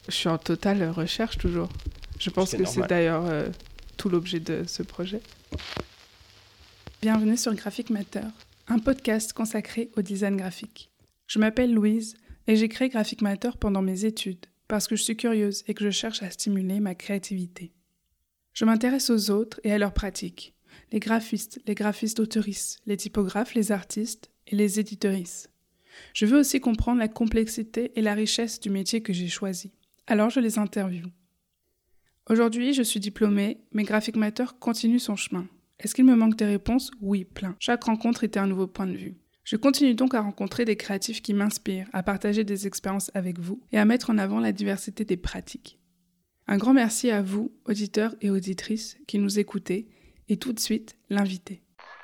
Je suis en totale recherche toujours. Je pense que c'est d'ailleurs tout l'objet de ce projet. Bienvenue sur Graphic Matter, un podcast consacré au design graphique. Je m'appelle Louise et j'ai créé Graphic Matter pendant mes études parce que je suis curieuse et que je cherche à stimuler ma créativité. Je m'intéresse aux autres et à leurs pratiques. Les graphistes auteuristes, les typographes, les artistes et les éditeuristes. Je veux aussi comprendre la complexité et la richesse du métier que j'ai choisi. Alors je les interviewe. Aujourd'hui, je suis diplômée, mais Graphic Matter continue son chemin. Est-ce qu'il me manque des réponses ? Oui, plein. Chaque rencontre était un nouveau point de vue. Je continue donc à rencontrer des créatifs qui m'inspirent, à partager des expériences avec vous et à mettre en avant la diversité des pratiques. Un grand merci à vous, auditeurs et auditrices, qui nous écoutez, et tout de suite, l'invité.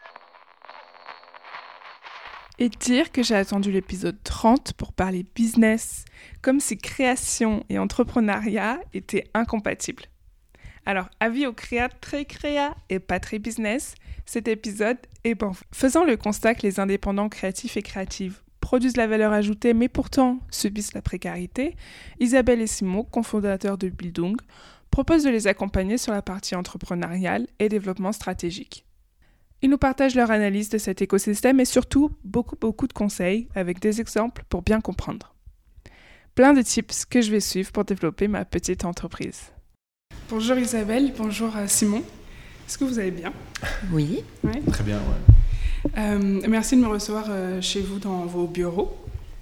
Et dire que j'ai attendu l'épisode 30 pour parler business, comme si création et entrepreneuriat étaient incompatibles. Alors, avis aux créas très créa et pas très business, cet épisode est bon. Faisant le constat que les indépendants créatifs et créatives produisent la valeur ajoutée mais pourtant subissent la précarité, Isabelle et Simon, cofondateurs de Bildung, proposent de les accompagner sur la partie entrepreneuriale et développement stratégique. Ils nous partagent leur analyse de cet écosystème et surtout beaucoup de conseils avec des exemples pour bien comprendre. Plein de tips que je vais suivre pour développer ma petite entreprise. Bonjour Isabelle, bonjour Simon. Est-ce que vous allez bien ? Oui. Ouais. Très bien, ouais. Merci de me recevoir chez vous dans vos bureaux.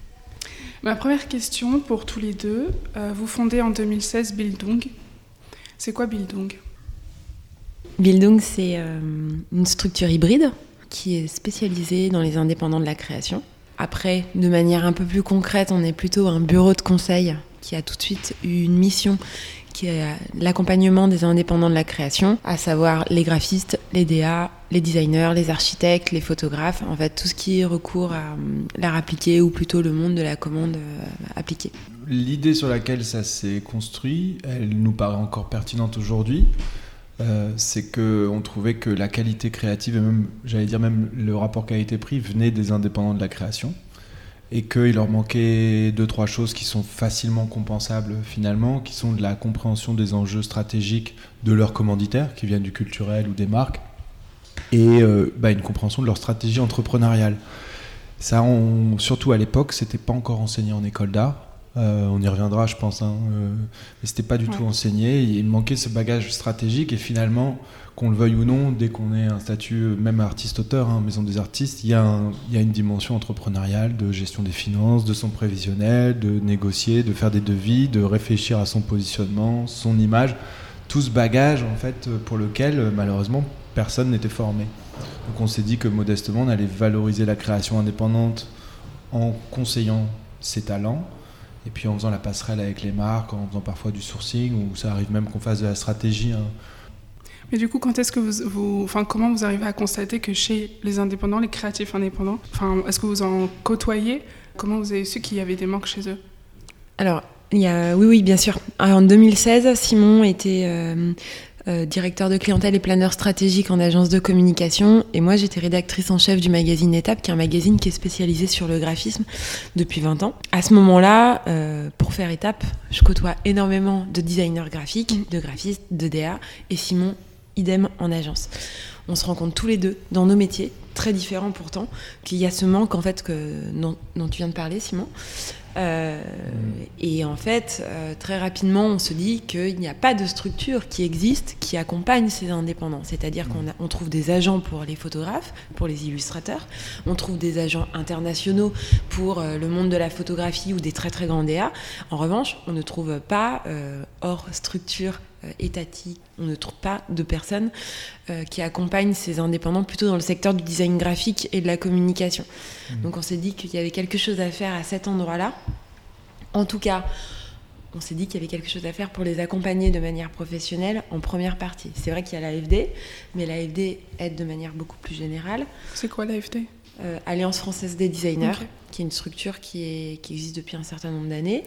Ma première question pour tous les deux, vous fondez en 2016 Bildung. C'est quoi Bildung ? Bildung, c'est une structure hybride qui est spécialisée dans les indépendants de la création. Après, de manière un peu plus concrète, on est plutôt un bureau de conseil qui a tout de suite eu une mission qui est l'accompagnement des indépendants de la création, à savoir les graphistes, les DA, les designers, les architectes, les photographes, en fait tout ce qui recourt à l'art appliqué ou plutôt le monde de la commande appliquée. L'idée sur laquelle ça s'est construit, elle nous paraît encore pertinente aujourd'hui. C'est qu'on trouvait que la qualité créative et même, j'allais dire même le rapport qualité-prix venait des indépendants de la création et qu'il leur manquait 2-3 choses qui sont facilement compensables finalement, qui sont de la compréhension des enjeux stratégiques de leurs commanditaires qui viennent du culturel ou des marques et une compréhension de leur stratégie entrepreneuriale. Ça, surtout à l'époque, c'était pas encore enseigné en école d'art. On y reviendra, je pense, mais c'était pas du tout enseigné. Il manquait ce bagage stratégique et finalement, qu'on le veuille ou non, dès qu'on est un statut, même artiste-auteur, maison des artistes, il y a une dimension entrepreneuriale, de gestion des finances, de son prévisionnel, de négocier, de faire des devis, de réfléchir à son positionnement, son image, tout ce bagage en fait pour lequel malheureusement personne n'était formé. Donc on s'est dit que modestement on allait valoriser la création indépendante en conseillant ses talents. Et puis en faisant la passerelle avec les marques, en faisant parfois du sourcing, ou ça arrive même qu'on fasse de la stratégie. Mais du coup, quand est-ce que comment vous arrivez à constater que chez les indépendants, les créatifs indépendants, est-ce que vous en côtoyez ? Comment vous avez su qu'il y avait des manques chez eux ? Alors, oui, bien sûr. Alors, en 2016, Simon était directeur de clientèle et planeur stratégique en agence de communication. Et moi, j'étais rédactrice en chef du magazine Étape, qui est un magazine qui est spécialisé sur le graphisme depuis 20 ans. À ce moment-là, pour faire Étape, je côtoie énormément de designers graphiques, de graphistes, de DA, et Simon, idem en agence. On se rend compte tous les deux, dans nos métiers, très différents pourtant, qu'il y a ce manque en fait dont tu viens de parler, Simon. Et en fait, très rapidement, on se dit qu'il n'y a pas de structure qui existe qui accompagne ces indépendants. C'est-à-dire qu'on trouve des agents pour les photographes, pour les illustrateurs, on trouve des agents internationaux pour le monde de la photographie ou des très très grands DA. En revanche, on ne trouve pas, hors structure étatique, on ne trouve pas de personnes qui accompagnent ces indépendants plutôt dans le secteur du design graphique et de la communication. Donc on s'est dit qu'il y avait quelque chose à faire à cet endroit-là. En tout cas, on s'est dit qu'il y avait quelque chose à faire pour les accompagner de manière professionnelle en première partie. C'est vrai qu'il y a l'AFD, mais l'AFD aide de manière beaucoup plus générale. C'est quoi l'AFD ? Alliance française des designers, Ok. qui est une structure qui existe depuis un certain nombre d'années.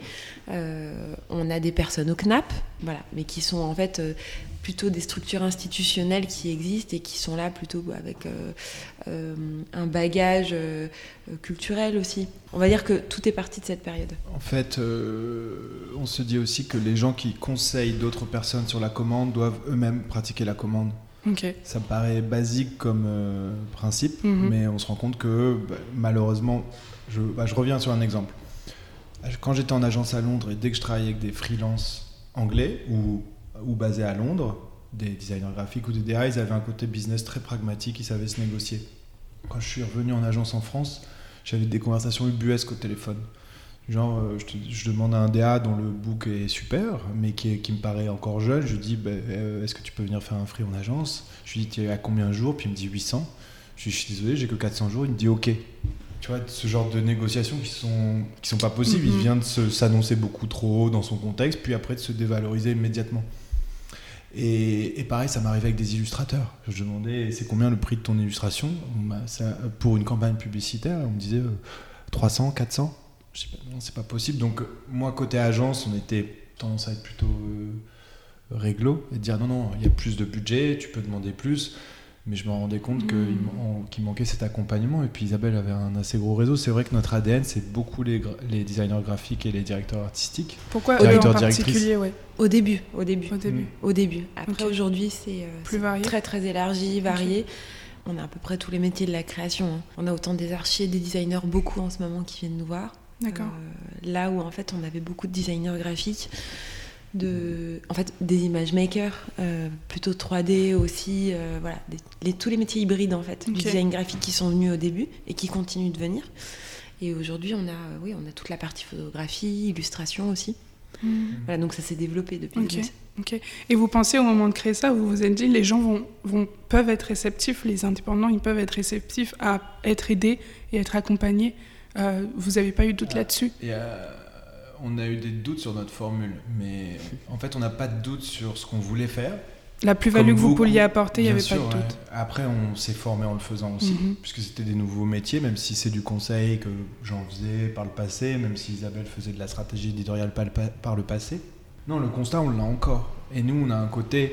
On a des personnes au CNAP, voilà, mais qui sont en fait plutôt des structures institutionnelles qui existent et qui sont là plutôt avec un bagage culturel aussi. On va dire que tout est parti de cette période. En fait, on se dit aussi que les gens qui conseillent d'autres personnes sur la commande doivent eux-mêmes pratiquer la commande. Ok. Ça paraît basique comme principe, Mhm. mais on se rend compte que malheureusement, je reviens sur un exemple. Quand j'étais en agence à Londres et dès que je travaillais avec des freelances anglais ou basés à Londres, des designers graphiques ou des DA, ils avaient un côté business très pragmatique, ils savaient se négocier. Quand je suis revenu en agence en France, j'avais des conversations ubuesques au téléphone. Genre, je demande à un DA dont le book est super, mais qui me paraît encore jeune. Je lui dis, est-ce que tu peux venir faire un free en agence ? Je lui dis, tu es à combien de jours ? Puis il me dit 800. Je suis désolé, j'ai que 400 jours. Il me dit, ok. Tu vois, ce genre de négociations qui sont pas possibles. Mhm. Il vient de s'annoncer beaucoup trop haut dans son contexte, puis après de se dévaloriser immédiatement. Et pareil, ça m'arrivait avec des illustrateurs. Je demandais, c'est combien le prix de ton illustration ? Pour une campagne publicitaire, on me disait 300, 400. Je dis, non, c'est pas possible. Donc, moi, côté agence, on était tendance à être plutôt réglo et dire non, il y a plus de budget, tu peux demander plus. Mais je me rendais compte qu'il manquait cet accompagnement. Et puis Isabelle avait un assez gros réseau. C'est vrai que notre ADN, c'est beaucoup les designers graphiques et les directeurs artistiques. Pourquoi eux Directeur, en particulier, ouais. Au début. Au début. Au début. Après, Ok. aujourd'hui, c'est varié. très très élargi, varié. On a à peu près tous les métiers de la création, hein. On a autant des archis, des designers, beaucoup en ce moment qui viennent nous voir. D'accord. Là où en fait on avait beaucoup de designers graphiques, en fait des image makers, plutôt 3D aussi, voilà, tous les métiers hybrides en fait, Ok. du design graphique qui sont venus au début et qui continuent de venir. Et aujourd'hui on a toute la partie photographie, illustration aussi. Voilà, donc ça s'est développé depuis. Ok. Ok. Et vous pensez au moment de créer ça, vous vous êtes dit les gens peuvent être réceptifs, les indépendants, ils peuvent être réceptifs à être aidés et être accompagnés. Vous n'avez pas eu de doute là-dessus ? On a eu des doutes sur notre formule, mais en fait, on n'a pas de doute sur ce qu'on voulait faire. La plus-value Comme que vous beaucoup, pouviez apporter, il n'y bien avait pas sûr, de doute. ouais. Après, on s'est formé en le faisant aussi, puisque c'était des nouveaux métiers, même si c'est du conseil que j'en faisais par le passé, même si Isabelle faisait de la stratégie éditoriale par le passé. Non, le constat, on l'a encore. Et nous, on a un côté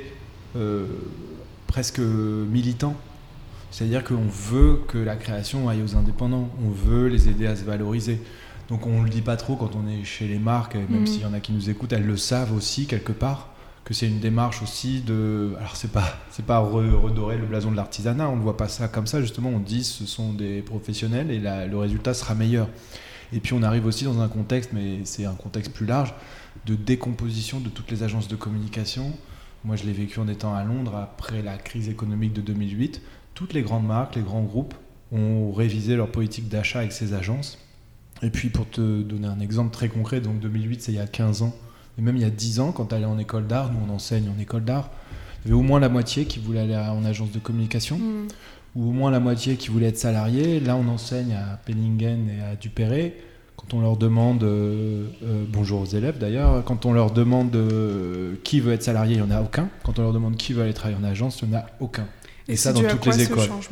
presque militant. C'est-à-dire qu'on veut que la création aille aux indépendants, on veut les aider à se valoriser. Donc on ne le dit pas trop quand on est chez les marques, et même s'il y en a qui nous écoutent, elles le savent aussi quelque part, que c'est une démarche aussi de... Alors c'est pas redorer le blason de l'artisanat, on ne voit pas ça comme ça, justement, on dit ce sont des professionnels et le résultat sera meilleur. Et puis on arrive aussi dans un contexte, mais c'est un contexte plus large, de décomposition de toutes les agences de communication. Moi je l'ai vécu en étant à Londres après la crise économique de 2008. Toutes les grandes marques, les grands groupes ont révisé leur politique d'achat avec ces agences. Et puis pour te donner un exemple très concret, donc 2008 c'est il y a 15 ans, et même il y a 10 ans quand tu allais en école d'art, nous on enseigne en école d'art, il y avait au moins la moitié qui voulait aller en agence de communication, ou au moins la moitié qui voulait être salarié. Là on enseigne à Penningen et à Duperré. Quand on leur demande, bonjour aux élèves d'ailleurs, quand on leur demande qui veut être salarié, il n'y en a aucun. Quand on leur demande qui veut aller travailler en agence, il n'y en a aucun. Et ça dans toutes les écoles. Changement ?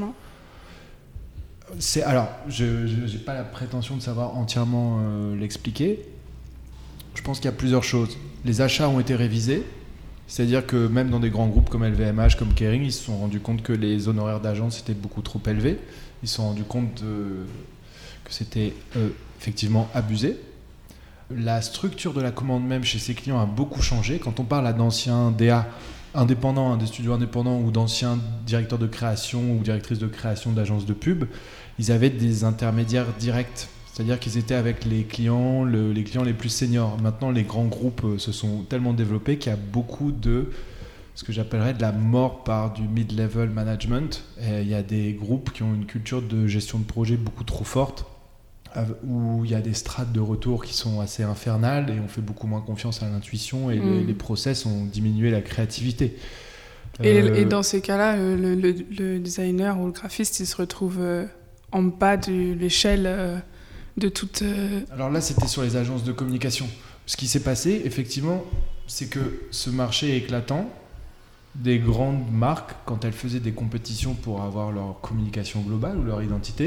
Alors, je n'ai pas la prétention de savoir entièrement l'expliquer. Je pense qu'il y a plusieurs choses. Les achats ont été révisés, c'est-à-dire que même dans des grands groupes comme LVMH, comme Kering, ils se sont rendus compte que les honoraires d'agence étaient beaucoup trop élevés. Ils se sont rendus compte que c'était effectivement abusé. La structure de la commande même chez ces clients a beaucoup changé. Quand on parle d'anciens DA indépendants, des studios indépendants ou d'anciens directeurs de création ou directrices de création d'agences de pub, ils avaient des intermédiaires directs, c'est-à-dire qu'ils étaient avec les clients les plus seniors. Maintenant, les grands groupes se sont tellement développés qu'il y a beaucoup de ce que j'appellerais de la mort par du mid-level management. Et il y a des groupes qui ont une culture de gestion de projet beaucoup trop forte, où il y a des strates de retour qui sont assez infernales et on fait beaucoup moins confiance à l'intuition et les process ont diminué la créativité. Et dans ces cas-là, le designer ou le graphiste, il se retrouve en bas de l'échelle de toute... Alors là, c'était sur les agences de communication. Ce qui s'est passé, effectivement, c'est que ce marché est éclatant. Des grandes marques, quand elles faisaient des compétitions pour avoir leur communication globale ou leur identité,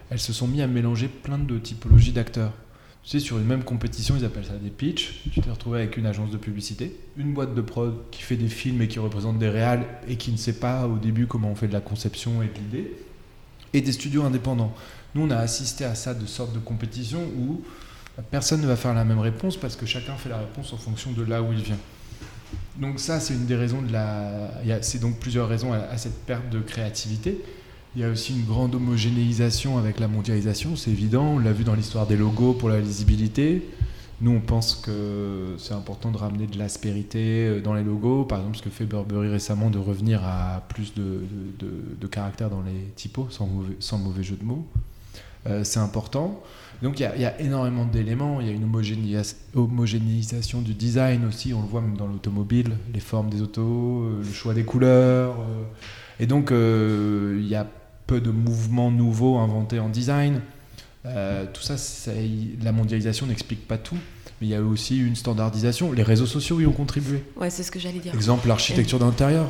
elles se sont mis à mélanger plein de typologies d'acteurs. Tu sais, sur une même compétition, ils appellent ça des pitchs. Tu t'es retrouvé avec une agence de publicité, une boîte de prod qui fait des films et qui représente des réals et qui ne sait pas au début comment on fait de la conception et de l'idée, et des studios indépendants. Nous, on a assisté à ça, de sorte de compétition où personne ne va faire la même réponse parce que chacun fait la réponse en fonction de là où il vient. Donc ça, c'est une des raisons c'est donc plusieurs raisons à cette perte de créativité. Il y a aussi une grande homogénéisation avec la mondialisation, c'est évident. On l'a vu dans l'histoire des logos pour la lisibilité. Nous, on pense que c'est important de ramener de l'aspérité dans les logos. Par exemple, ce que fait Burberry récemment, de revenir à plus de caractère dans les typos, sans mauvais jeu de mots. C'est important. Donc il y a énormément d'éléments. Il y a une homogénéisation du design aussi. On le voit même dans l'automobile, les formes des autos, le choix des couleurs. Et donc il y a peu de mouvements nouveaux inventés en design. Tout ça, la mondialisation n'explique pas tout. Mais il y a aussi une standardisation. Les réseaux sociaux y ont contribué. Ouais, c'est ce que j'allais dire. Exemple, l'architecture d'intérieur.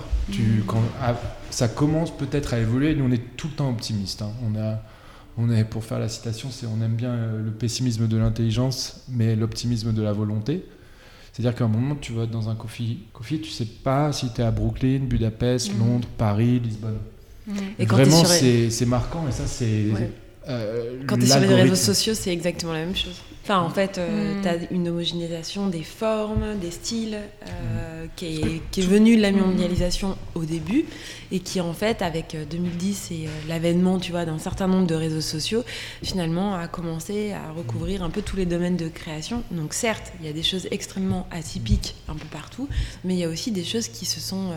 Ça commence peut-être à évoluer. Nous, on est tout le temps optimistes. On est, pour faire la citation, on aime bien le pessimisme de l'intelligence, mais l'optimisme de la volonté. C'est-à-dire qu'à un moment, tu vas être dans un coffee, tu sais pas si tu es à Brooklyn, Budapest, Londres, Paris, Lisbonne. Et vraiment, c'est marquant, et ça, c'est... Ouais. Quand tu es sur les réseaux sociaux, c'est exactement la même chose. Enfin, en fait, tu as une homogénéisation des formes, des styles, qui est venue de la mondialisation au début, et qui, en fait, avec 2010 et l'avènement, tu vois, d'un certain nombre de réseaux sociaux, finalement, a commencé à recouvrir un peu tous les domaines de création. Donc, certes, il y a des choses extrêmement atypiques un peu partout, mais il y a aussi des choses qui se sont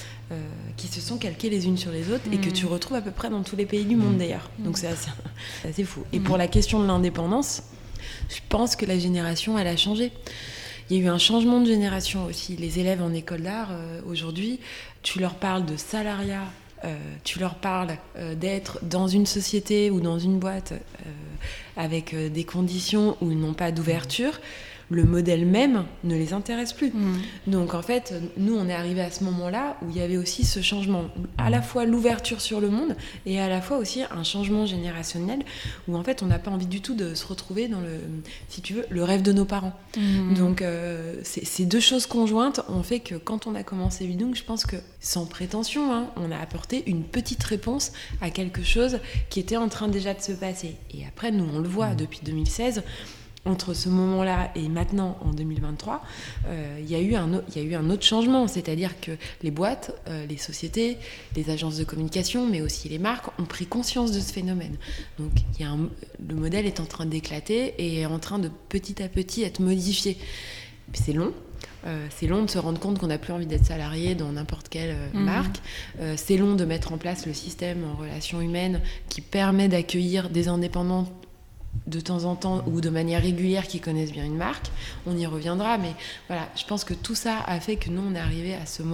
calquées les unes sur les autres et que tu retrouves à peu près dans tous les pays du monde d'ailleurs. Donc c'est assez fou. Et pour la question de l'indépendance, je pense que la génération, elle a changé. Il y a eu un changement de génération aussi. Les élèves en école d'art, aujourd'hui, tu leur parles de salariat, tu leur parles d'être dans une société ou dans une boîte avec des conditions où ils n'ont pas d'ouverture. Le modèle même ne les intéresse plus. Donc en fait, nous, on est arrivés à ce moment-là où il y avait aussi ce changement, à la fois l'ouverture sur le monde et à la fois aussi un changement générationnel où en fait, on n'a pas envie du tout de se retrouver dans si tu veux, le rêve de nos parents. Donc ces deux choses conjointes ont fait que quand on a commencé Bidung, je pense que sans prétention, on a apporté une petite réponse à quelque chose qui était en train déjà de se passer. Et après, nous, on le voit depuis 2016. Entre ce moment-là et maintenant, en 2023, il y a eu un autre changement. C'est-à-dire que les boîtes, les sociétés, les agences de communication, mais aussi les marques, ont pris conscience de ce phénomène. Donc, le modèle est en train d'éclater et est en train de petit à petit être modifié. C'est long. C'est long de se rendre compte qu'on n'a plus envie d'être salarié dans n'importe quelle marque. C'est long de mettre en place le système en relations humaines qui permet d'accueillir des indépendants de temps en temps ou de manière régulière qui connaissent bien une marque. On y reviendra, mais voilà, je pense que tout ça a fait que nous, on est arrivé à ce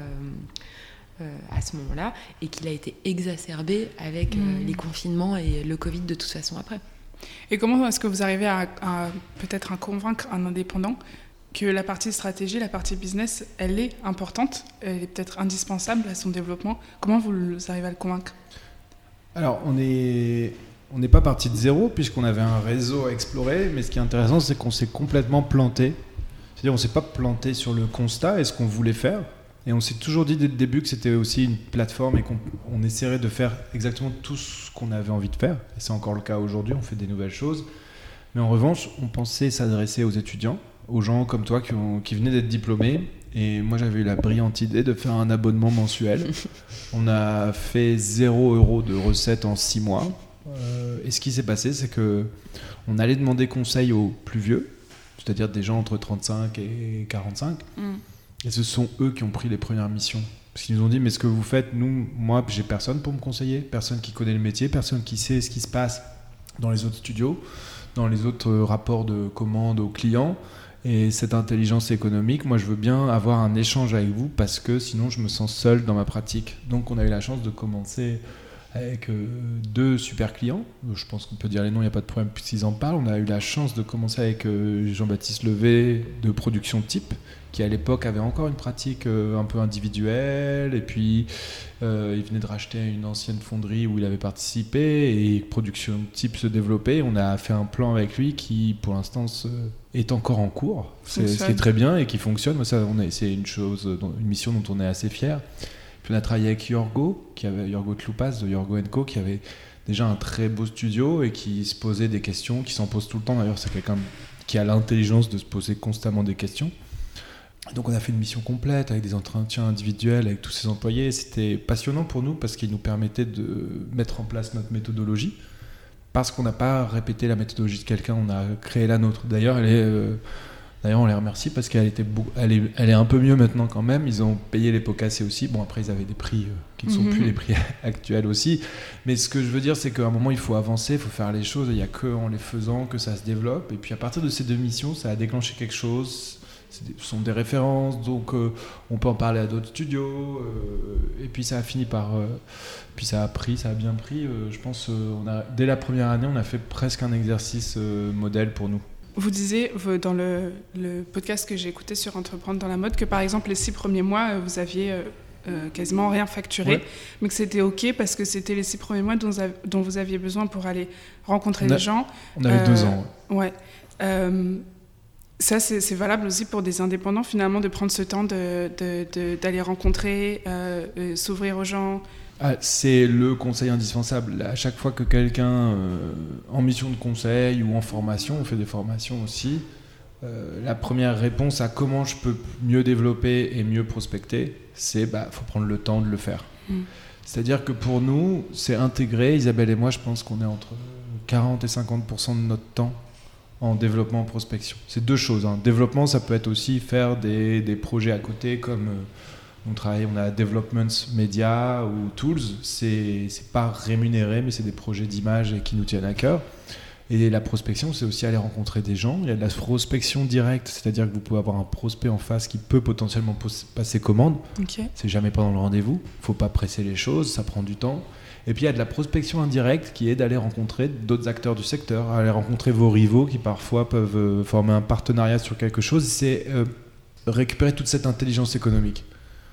moment-là et qu'il a été exacerbé avec les confinements et le Covid de toute façon après. Et comment est-ce que vous arrivez à peut-être à convaincre un indépendant que la partie stratégie, la partie business, elle est importante, elle est peut-être indispensable à son développement? Comment vous arrivez à le convaincre? Alors, on n'est pas parti de zéro puisqu'on avait un réseau à explorer, mais ce qui est intéressant, c'est qu'on s'est complètement planté. C'est-à-dire on ne s'est pas planté sur le constat et ce qu'on voulait faire. Et on s'est toujours dit dès le début que c'était aussi une plateforme et qu'on essaierait de faire exactement tout ce qu'on avait envie de faire. Et c'est encore le cas aujourd'hui, on fait des nouvelles choses. Mais en revanche, on pensait s'adresser aux étudiants, aux gens comme toi qui venaient d'être diplômés. Et moi, j'avais eu la brillante idée de faire un abonnement mensuel. On a fait 0 € de recettes en 6 mois. Et ce qui s'est passé, c'est qu'on allait demander conseil aux plus vieux, c'est-à-dire des gens entre 35 et 45. Et ce sont eux qui ont pris les premières missions. Parce qu'ils nous ont dit, mais ce que vous faites, moi, j'ai personne pour me conseiller, personne qui connaît le métier, personne qui sait ce qui se passe dans les autres studios, dans les autres rapports de commandes aux clients. Et cette intelligence économique, moi, je veux bien avoir un échange avec vous parce que sinon, je me sens seul dans ma pratique. Donc, on a eu la chance de commencer avec 2 super clients. Je pense qu'on peut dire les noms, il n'y a pas de problème puisqu'ils en parlent. On a eu la chance de commencer avec Jean-Baptiste Levé de Production Type, qui à l'époque avait encore une pratique un peu individuelle, et puis il venait de racheter une ancienne fonderie où il avait participé, et Production Type se développait. On a fait un plan avec lui qui pour l'instant est encore en cours, ce qui est très bien et qui fonctionne. C'est une mission dont on est assez fiers. Puis on a travaillé avec Yorgo Tloupas de Yorgo & Co, qui avait déjà un très beau studio et qui se posait des questions, qui s'en pose tout le temps. D'ailleurs, c'est quelqu'un qui a l'intelligence de se poser constamment des questions. Donc on a fait une mission complète avec des entretiens individuels avec tous ses employés. C'était passionnant pour nous parce qu'il nous permettait de mettre en place notre méthodologie. Parce qu'on n'a pas répété la méthodologie de quelqu'un, on a créé la nôtre. D'ailleurs, on les remercie parce qu'elle est un peu mieux maintenant quand même. Ils ont payé les pots cassés aussi. Bon, après, ils avaient des prix qui ne sont plus les prix actuels aussi. Mais ce que je veux dire, c'est qu'à un moment, il faut avancer, il faut faire les choses. Il n'y a qu'en les faisant que ça se développe. Et puis à partir de ces 2 missions, ça a déclenché quelque chose. Ce sont des références, donc on peut en parler à d'autres studios. Et puis ça a fini par... puis ça a bien pris. Je pense dès la première année, on a fait presque un exercice modèle pour nous. Vous disiez dans le podcast que j'ai écouté sur Entreprendre dans la mode que par exemple les 6 premiers mois, vous aviez quasiment rien facturé, mais que c'était OK parce que c'était les 6 premiers mois dont vous aviez besoin pour aller rencontrer les gens. On avait 2 ans. Ouais. Ça, c'est valable aussi pour des indépendants, finalement, de prendre ce temps d'aller rencontrer, s'ouvrir aux gens. C'est le conseil indispensable. À chaque fois que quelqu'un en mission de conseil ou en formation, on fait des formations aussi, la première réponse à comment je peux mieux développer et mieux prospecter, c'est faut prendre le temps de le faire. C'est-à-dire que pour nous, c'est intégré. Isabelle et moi, je pense qu'on est entre 40 et 50% de notre temps en développement, en prospection. C'est 2 choses. Développement, ça peut être aussi faire des projets à côté comme... on a Development Media ou Tools, c'est pas rémunéré, mais c'est des projets d'image et qui nous tiennent à cœur. Et la prospection, c'est aussi aller rencontrer des gens. Il y a de la prospection directe, c'est-à-dire que vous pouvez avoir un prospect en face qui peut potentiellement passer commande. Okay. C'est jamais pendant le rendez-vous. Il faut pas presser les choses, ça prend du temps. Et puis il y a de la prospection indirecte qui est d'aller rencontrer d'autres acteurs du secteur, aller rencontrer vos rivaux qui parfois peuvent former un partenariat sur quelque chose. C'est récupérer toute cette intelligence économique.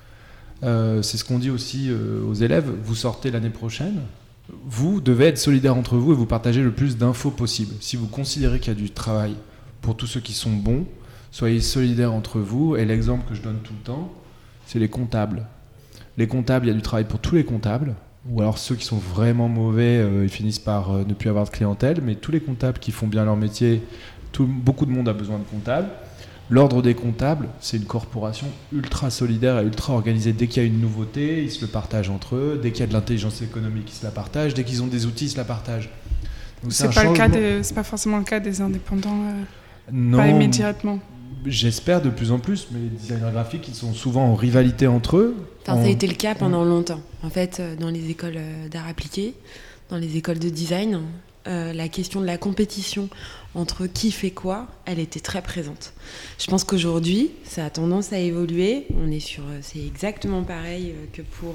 C'est ce qu'on dit aussi aux élèves. Vous sortez l'année prochaine, vous devez être solidaires entre vous et vous partager le plus d'infos possible. Si vous considérez qu'il y a du travail pour tous ceux qui sont bons, soyez solidaires entre vous. Et l'exemple que je donne tout le temps, c'est les comptables. Les comptables, il y a du travail pour tous les comptables. Ou alors ceux qui sont vraiment mauvais, ils finissent par ne plus avoir de clientèle. Mais tous les comptables qui font bien leur métier, beaucoup de monde a besoin de comptables. L'ordre des comptables, c'est une corporation ultra solidaire et ultra organisée. Dès qu'il y a une nouveauté, ils se le partagent entre eux. Dès qu'il y a de l'intelligence économique, ils se la partagent. Dès qu'ils ont des outils, ils se la partagent. Donc, c'est pas forcément le cas des indépendants, non, pas immédiatement. J'espère de plus en plus, mais les designers graphiques, ils sont souvent en rivalité entre eux. Ça a été le cas pendant longtemps. En fait, dans les écoles d'art appliqué, dans les écoles de design, la question de la compétition entre qui fait quoi, elle était très présente. Je pense qu'aujourd'hui, ça a tendance à évoluer. C'est exactement pareil que pour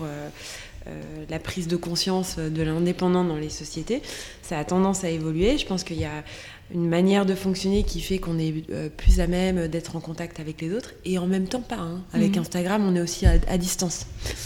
la prise de conscience de l'indépendant dans les sociétés. Ça a tendance à évoluer. Je pense qu'il y a une manière de fonctionner qui fait qu'on est plus à même d'être en contact avec les autres. Et en même temps, pas. Avec Instagram, on est aussi à distance.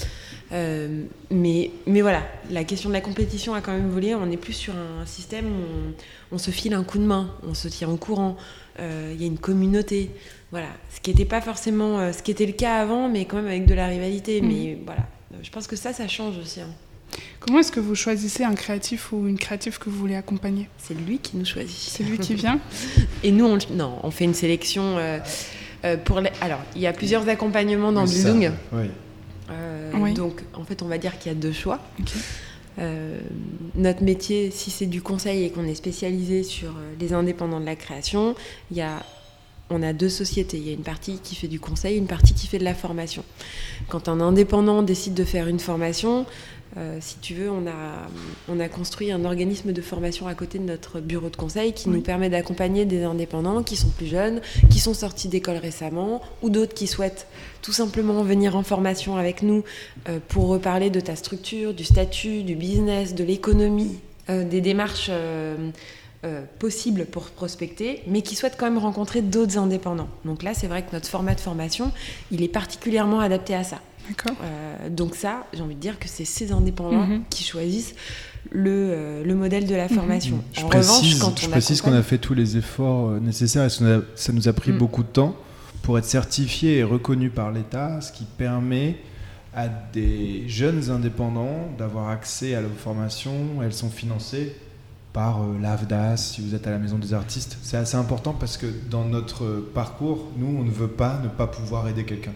Mais voilà, la question de la compétition a quand même évolué. On n'est plus sur un système où on se file un coup de main, on se tire en courant, il y a une communauté. Voilà, ce qui n'était pas forcément ce qui était le cas avant, mais quand même avec de la rivalité. Mais voilà, je pense que ça change aussi. Comment est-ce que vous choisissez un créatif ou une créative que vous voulez accompagner ? C'est lui qui nous choisit. C'est lui qui vient ? Et nous, on fait une sélection. Alors, il y a plusieurs accompagnements dans Bildung. Oui. Donc, en fait, on va dire qu'il y a 2 choix. Okay. Notre métier, si c'est du conseil et qu'on est spécialisé sur les indépendants de la création, on a 2 sociétés. Il y a une partie qui fait du conseil, une partie qui fait de la formation. Quand un indépendant décide de faire une formation, si tu veux, on a construit un organisme de formation à côté de notre bureau de conseil qui nous permet d'accompagner des indépendants qui sont plus jeunes, qui sont sortis d'école récemment, ou d'autres qui souhaitent tout simplement venir en formation avec nous pour reparler de ta structure, du statut, du business, de l'économie, des démarches possibles pour prospecter, mais qui souhaitent quand même rencontrer d'autres indépendants. Donc là, c'est vrai que notre format de formation, il est particulièrement adapté à ça. D'accord. Donc ça, j'ai envie de dire que c'est ces indépendants qui choisissent le modèle de la formation. Je précise qu'on a fait tous les efforts nécessaires et ça nous a pris beaucoup de temps pour être certifié et reconnu par l'État, ce qui permet à des jeunes indépendants d'avoir accès à la formation. Elles sont financées par l'AFDAS, si vous êtes à la Maison des Artistes. C'est assez important parce que dans notre parcours, nous, on ne veut pas ne pas pouvoir aider quelqu'un.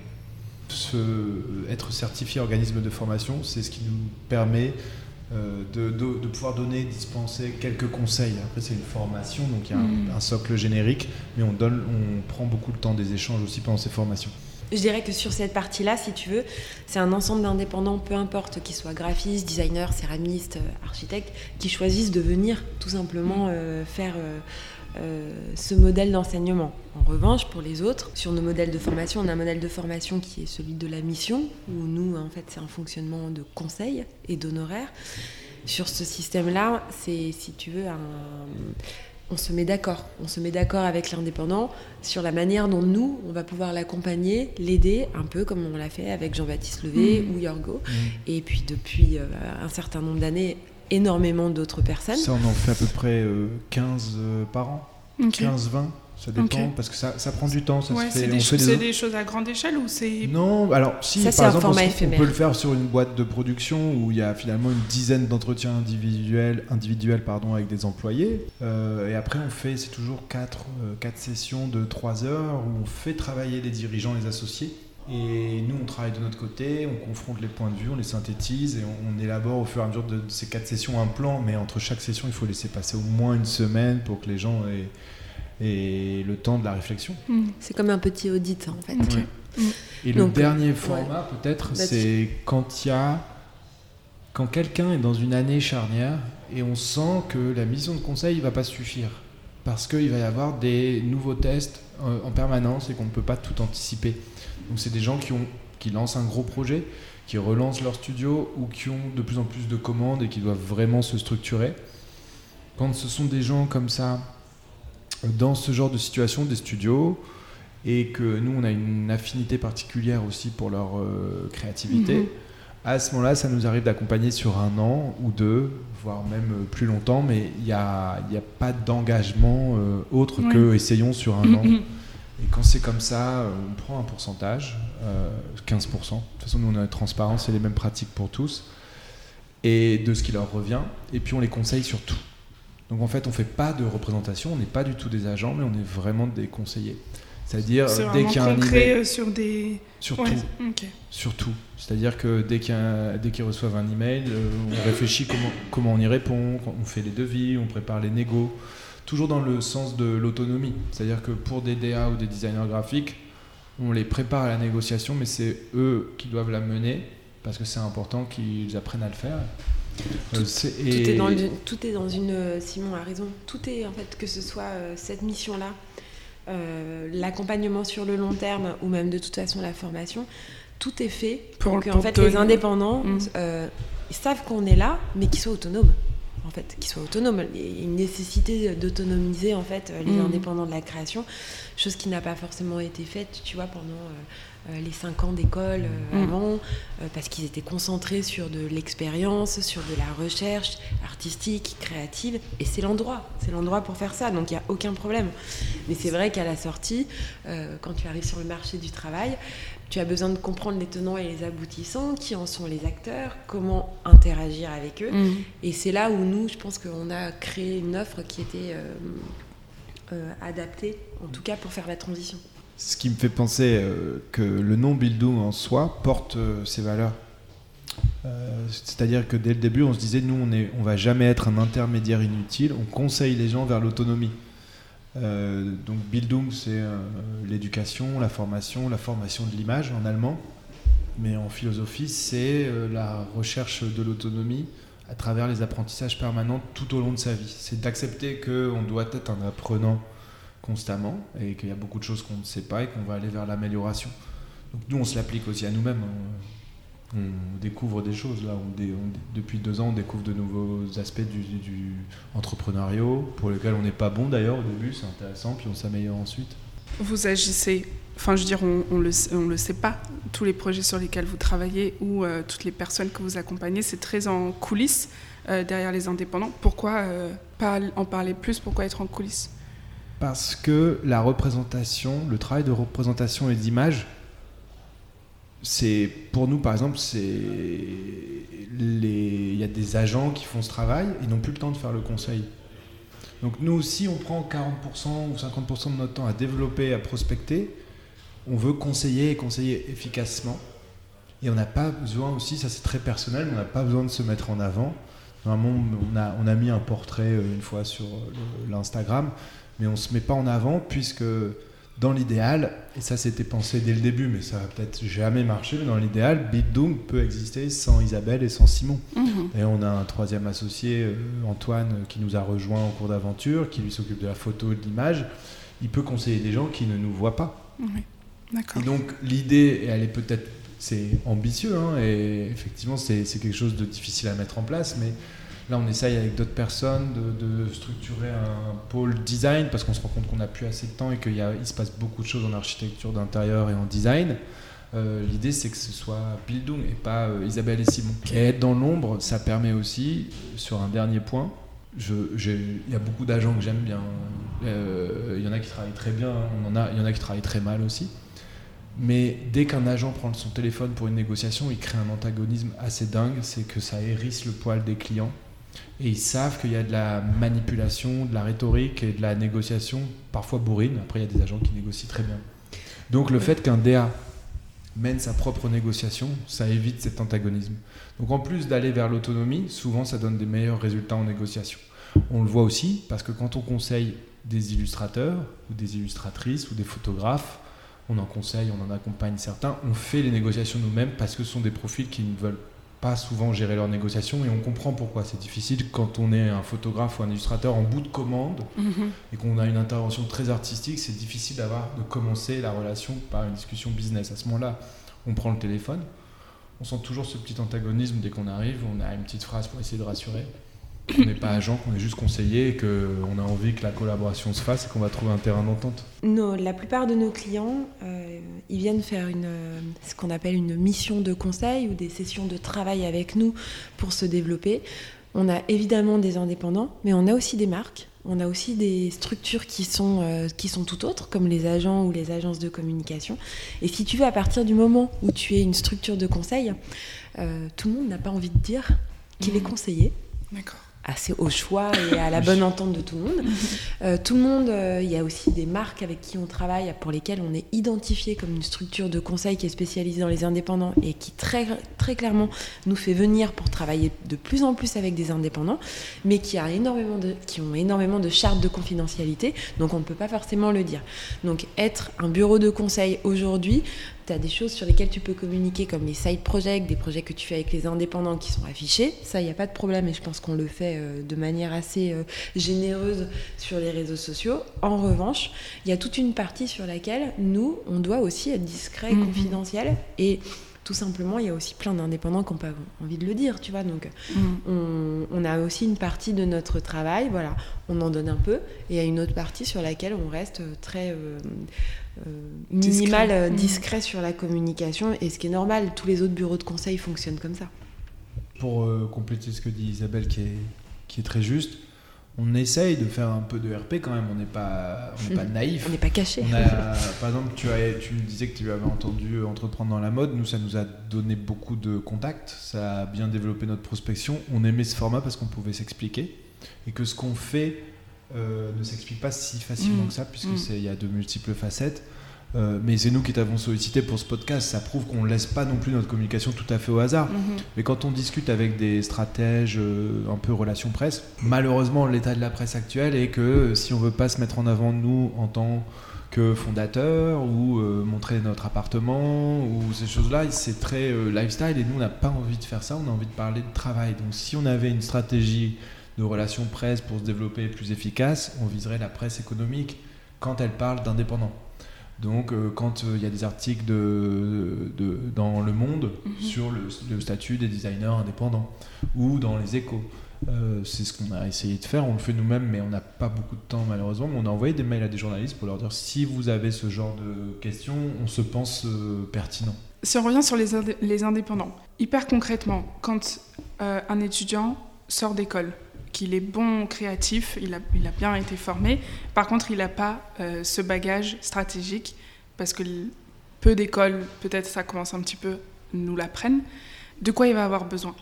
Être certifié organisme de formation, c'est ce qui nous permet de pouvoir dispenser quelques conseils. Après, c'est une formation, donc il y a un socle générique, mais on prend beaucoup de temps des échanges aussi pendant ces formations. Je dirais que sur cette partie-là, si tu veux, c'est un ensemble d'indépendants, peu importe qu'ils soient graphistes, designers, céramistes, architectes, qui choisissent de venir tout simplement faire ce modèle d'enseignement. En revanche, pour les autres, sur nos modèles de formation, on a un modèle de formation qui est celui de la mission, où nous, en fait, c'est un fonctionnement de conseil et d'honoraires. Sur ce système-là, c'est, si tu veux, on se met d'accord. On se met d'accord avec l'indépendant sur la manière dont nous, on va pouvoir l'accompagner, l'aider, un peu comme on l'a fait avec Jean-Baptiste Levé ou Yorgo. Et puis, depuis un certain nombre d'années, énormément d'autres personnes. Ça, on en fait à peu près 15 par an, 15-20, ça dépend, parce que ça prend du temps. C'est des choses à grande échelle ou c'est... Non, alors si, ça, par exemple, on peut le faire sur une boîte de production où il y a finalement une dizaine d'entretiens individuels avec des employés. Et après, c'est toujours 4 sessions de 3 heures où on fait travailler les dirigeants, les associés. Et nous, on travaille de notre côté, on confronte les points de vue, on les synthétise et on élabore au fur et à mesure de ces 4 sessions un plan. Mais entre chaque session, il faut laisser passer au moins une semaine pour que les gens aient le temps de la réflexion. C'est comme un petit audit, en fait. Ouais. Et le dernier format, peut-être, c'est quand quelqu'un est dans une année charnière et on sent que la mission de conseil ne va pas suffire. Parce qu'il va y avoir des nouveaux tests en permanence et qu'on ne peut pas tout anticiper. Donc c'est des gens qui lancent un gros projet, qui relancent leur studio ou qui ont de plus en plus de commandes et qui doivent vraiment se structurer. Quand ce sont des gens comme ça, dans ce genre de situation, des studios, et que nous on a une affinité particulière aussi pour leur créativité, à ce moment-là, ça nous arrive d'accompagner sur 1 an ou 2, voire même plus longtemps, mais il n'y a pas d'engagement autre que essayons sur 1 an. Et quand c'est comme ça, on prend un pourcentage, 15%. De toute façon, nous, on est transparent, c'est les mêmes pratiques pour tous. Et de ce qui leur revient. Et puis, on les conseille sur tout. Donc, en fait, on ne fait pas de représentation, on n'est pas du tout des agents, mais on est vraiment des conseillers. C'est-à-dire, dès qu'il y a un email... sur des... Sur tout. Okay. Sur tout. C'est-à-dire que dès qu'ils reçoivent un email, on réfléchit comment on y répond, on fait les devis, on prépare les négos. Toujours dans le sens de l'autonomie. C'est-à-dire que pour des DA ou des designers graphiques, on les prépare à la négociation, mais c'est eux qui doivent la mener, parce que c'est important qu'ils apprennent à le faire. Tout est dans une... Simon a raison. Tout est, en fait, que ce soit cette mission-là, l'accompagnement sur le long terme, ou même de toute façon la formation, tout est fait pour que en fait, les indépendants savent qu'on est là, mais qu'ils soient autonomes. En fait, qu'ils soient autonomes. Il y a une nécessité d'autonomiser en fait, les indépendants de la création, chose qui n'a pas forcément été faite, tu vois, pendant les 5 ans d'école avant, parce qu'ils étaient concentrés sur de l'expérience, sur de la recherche artistique, créative, et c'est l'endroit pour faire ça, donc il n'y a aucun problème. Mais c'est vrai qu'à la sortie, quand tu arrives sur le marché du travail, tu as besoin de comprendre les tenants et les aboutissants, qui en sont les acteurs, comment interagir avec eux. Et c'est là où nous, je pense qu'on a créé une offre qui était adaptée, en tout cas pour faire la transition. Ce qui me fait penser que le nom Bildung en soi porte ses valeurs. C'est-à-dire que dès le début, on se disait, nous, on va jamais être un intermédiaire inutile, on conseille les gens vers l'autonomie. Donc Bildung, c'est l'éducation, la formation de l'image en allemand. Mais en philosophie, c'est la recherche de l'autonomie à travers les apprentissages permanents tout au long de sa vie. C'est d'accepter qu'on doit être un apprenant constamment et qu'il y a beaucoup de choses qu'on ne sait pas et qu'on va aller vers l'amélioration. Donc nous, on se l'applique aussi à nous-mêmes. On découvre des choses. Là, depuis 2 ans, on découvre de nouveaux aspects du entrepreneuriat pour lesquels on n'est pas bon d'ailleurs au début. C'est intéressant, puis on s'améliore ensuite. Vous agissez, enfin je veux dire, on le sait pas, tous les projets sur lesquels vous travaillez ou toutes les personnes que vous accompagnez, c'est très en coulisses derrière les indépendants. Pourquoi pas en parler plus? Pourquoi être en coulisses? Parce que la représentation, le travail de représentation et d'image, c'est, pour nous par exemple, il y a des agents qui font ce travail, ils n'ont plus le temps de faire le conseil. Donc nous aussi, on prend 40% ou 50% de notre temps à développer, à prospecter. On veut conseiller et conseiller efficacement. Et on n'a pas besoin aussi, ça c'est très personnel, on n'a pas besoin de se mettre en avant. Normalement, on a mis un portrait une fois sur l'Instagram, mais on ne se met pas en avant puisque dans l'idéal, et ça c'était pensé dès le début, mais ça va peut-être jamais marcher, mais dans l'idéal, Bildung peut exister sans Isabelle et sans Simon. Et on a un 3e associé, Antoine, qui nous a rejoint en cours d'aventure, qui lui s'occupe de la photo et de l'image. Il peut conseiller des gens qui ne nous voient pas. Oui, d'accord. Et donc l'idée, elle est peut-être, c'est ambitieux, hein, et effectivement c'est quelque chose de difficile à mettre en place, mais là, on essaye avec d'autres personnes de structurer un pôle design parce qu'on se rend compte qu'on n'a plus assez de temps et qu'il se passe beaucoup de choses en architecture d'intérieur et en design. L'idée, c'est que ce soit Bildung et pas Isabelle et Simon. Et être dans l'ombre, ça permet aussi, sur un dernier point, il y a beaucoup d'agents que j'aime bien. Il y en a qui travaillent très bien, il y en a qui travaillent très mal aussi. Mais dès qu'un agent prend son téléphone pour une négociation, il crée un antagonisme assez dingue, c'est que ça hérisse le poil des clients. Et ils savent qu'il y a de la manipulation, de la rhétorique et de la négociation, parfois bourrine. Après, il y a des agents qui négocient très bien. Donc le fait qu'un DA mène sa propre négociation, ça évite cet antagonisme. Donc en plus d'aller vers l'autonomie, souvent ça donne des meilleurs résultats en négociation. On le voit aussi parce que quand on conseille des illustrateurs ou des illustratrices ou des photographes, on en conseille, on en accompagne certains, on fait les négociations nous-mêmes parce que ce sont des profils qui ne veulent pas souvent gérer leurs négociations et on comprend pourquoi c'est difficile quand on est un photographe ou un illustrateur en bout de commande et qu'on a une intervention très artistique, c'est difficile de commencer la relation par une discussion business. À ce moment-là, on prend le téléphone, on sent toujours ce petit antagonisme dès qu'on arrive, on a une petite phrase pour essayer de rassurer. On n'est pas agent, qu'on est juste conseiller et qu'on a envie que la collaboration se fasse et qu'on va trouver un terrain d'entente. La plupart de nos clients, ils viennent faire ce qu'on appelle une mission de conseil ou des sessions de travail avec nous pour se développer. On a évidemment des indépendants, mais on a aussi des marques. On a aussi des structures qui sont tout autres, comme les agents ou les agences de communication. Et si tu veux, à partir du moment où tu es une structure de conseil, tout le monde n'a pas envie de dire qu'il est conseillé. D'accord. Assez au choix et à la bonne entente de tout le monde. Tout le monde, il y a aussi des marques avec qui on travaille, pour lesquelles on est identifié comme une structure de conseil qui est spécialisée dans les indépendants et qui très, très clairement nous fait venir pour travailler de plus en plus avec des indépendants, mais qui ont énormément de chartes de confidentialité, donc on ne peut pas forcément le dire. Donc être un bureau de conseil aujourd'hui, tu as des choses sur lesquelles tu peux communiquer comme les side projects, des projets que tu fais avec les indépendants qui sont affichés. Ça, il n'y a pas de problème et je pense qu'on le fait de manière assez généreuse sur les réseaux sociaux. En revanche, il y a toute une partie sur laquelle nous, on doit aussi être discret et confidentiel. Et tout simplement, il y a aussi plein d'indépendants qui n'ont pas envie de le dire, tu vois. Donc, on a aussi une partie de notre travail, voilà, on en donne un peu. Et il y a une autre partie sur laquelle on reste très... minimal, discret sur la communication, et ce qui est normal, tous les autres bureaux de conseil fonctionnent comme ça. Pour compléter ce que dit Isabelle, qui est très juste, on essaye de faire un peu de RP quand même, on n'est pas naïf. On n'est pas caché. Par exemple, tu me disais que tu avais entendu entreprendre dans la mode, nous ça nous a donné beaucoup de contacts, ça a bien développé notre prospection, on aimait ce format parce qu'on pouvait s'expliquer, et que ce qu'on fait ne s'explique pas si facilement que ça, puisque il y a de multiples facettes. Mais c'est nous qui t'avons sollicité pour ce podcast. Ça prouve qu'on ne laisse pas non plus notre communication tout à fait au hasard. Mais quand on discute avec des stratèges un peu relations presse, malheureusement, l'état de la presse actuelle est que si on ne veut pas se mettre en avant nous en tant que fondateur ou montrer notre appartement ou ces choses-là, c'est très lifestyle et nous on n'a pas envie de faire ça, on a envie de parler de travail. Donc si on avait une stratégie de relations presse pour se développer plus efficace, on viserait la presse économique quand elle parle d'indépendants. Donc quand il y a des articles dans Le Monde sur le statut des designers indépendants ou dans les Échos. C'est ce qu'on a essayé de faire, on le fait nous-mêmes mais on n'a pas beaucoup de temps malheureusement, mais on a envoyé des mails à des journalistes pour leur dire si vous avez ce genre de questions, on se pense pertinent. Si on revient sur les indépendants, hyper concrètement, quand un étudiant sort d'école, qu'il est bon créatif, il a bien été formé, par contre il n'a pas ce bagage stratégique, parce que peu d'écoles, peut-être ça commence un petit peu, nous l'apprennent, de quoi il va avoir besoin?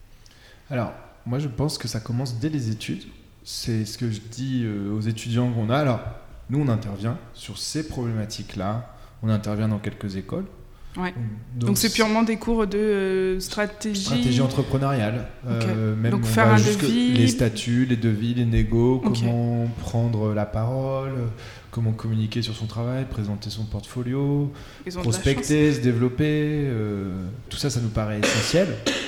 Alors, moi je pense que ça commence dès les études, c'est ce que je dis aux étudiants qu'on a. Alors, nous on intervient sur ces problématiques-là, on intervient dans quelques écoles. Ouais. Donc c'est purement des cours de stratégie entrepreneuriale. Okay. Même donc faire un devis, les statuts, les devis, les négos, comment prendre la parole, comment communiquer sur son travail, présenter son portfolio, prospecter, se développer. Tout ça, ça nous paraît essentiel.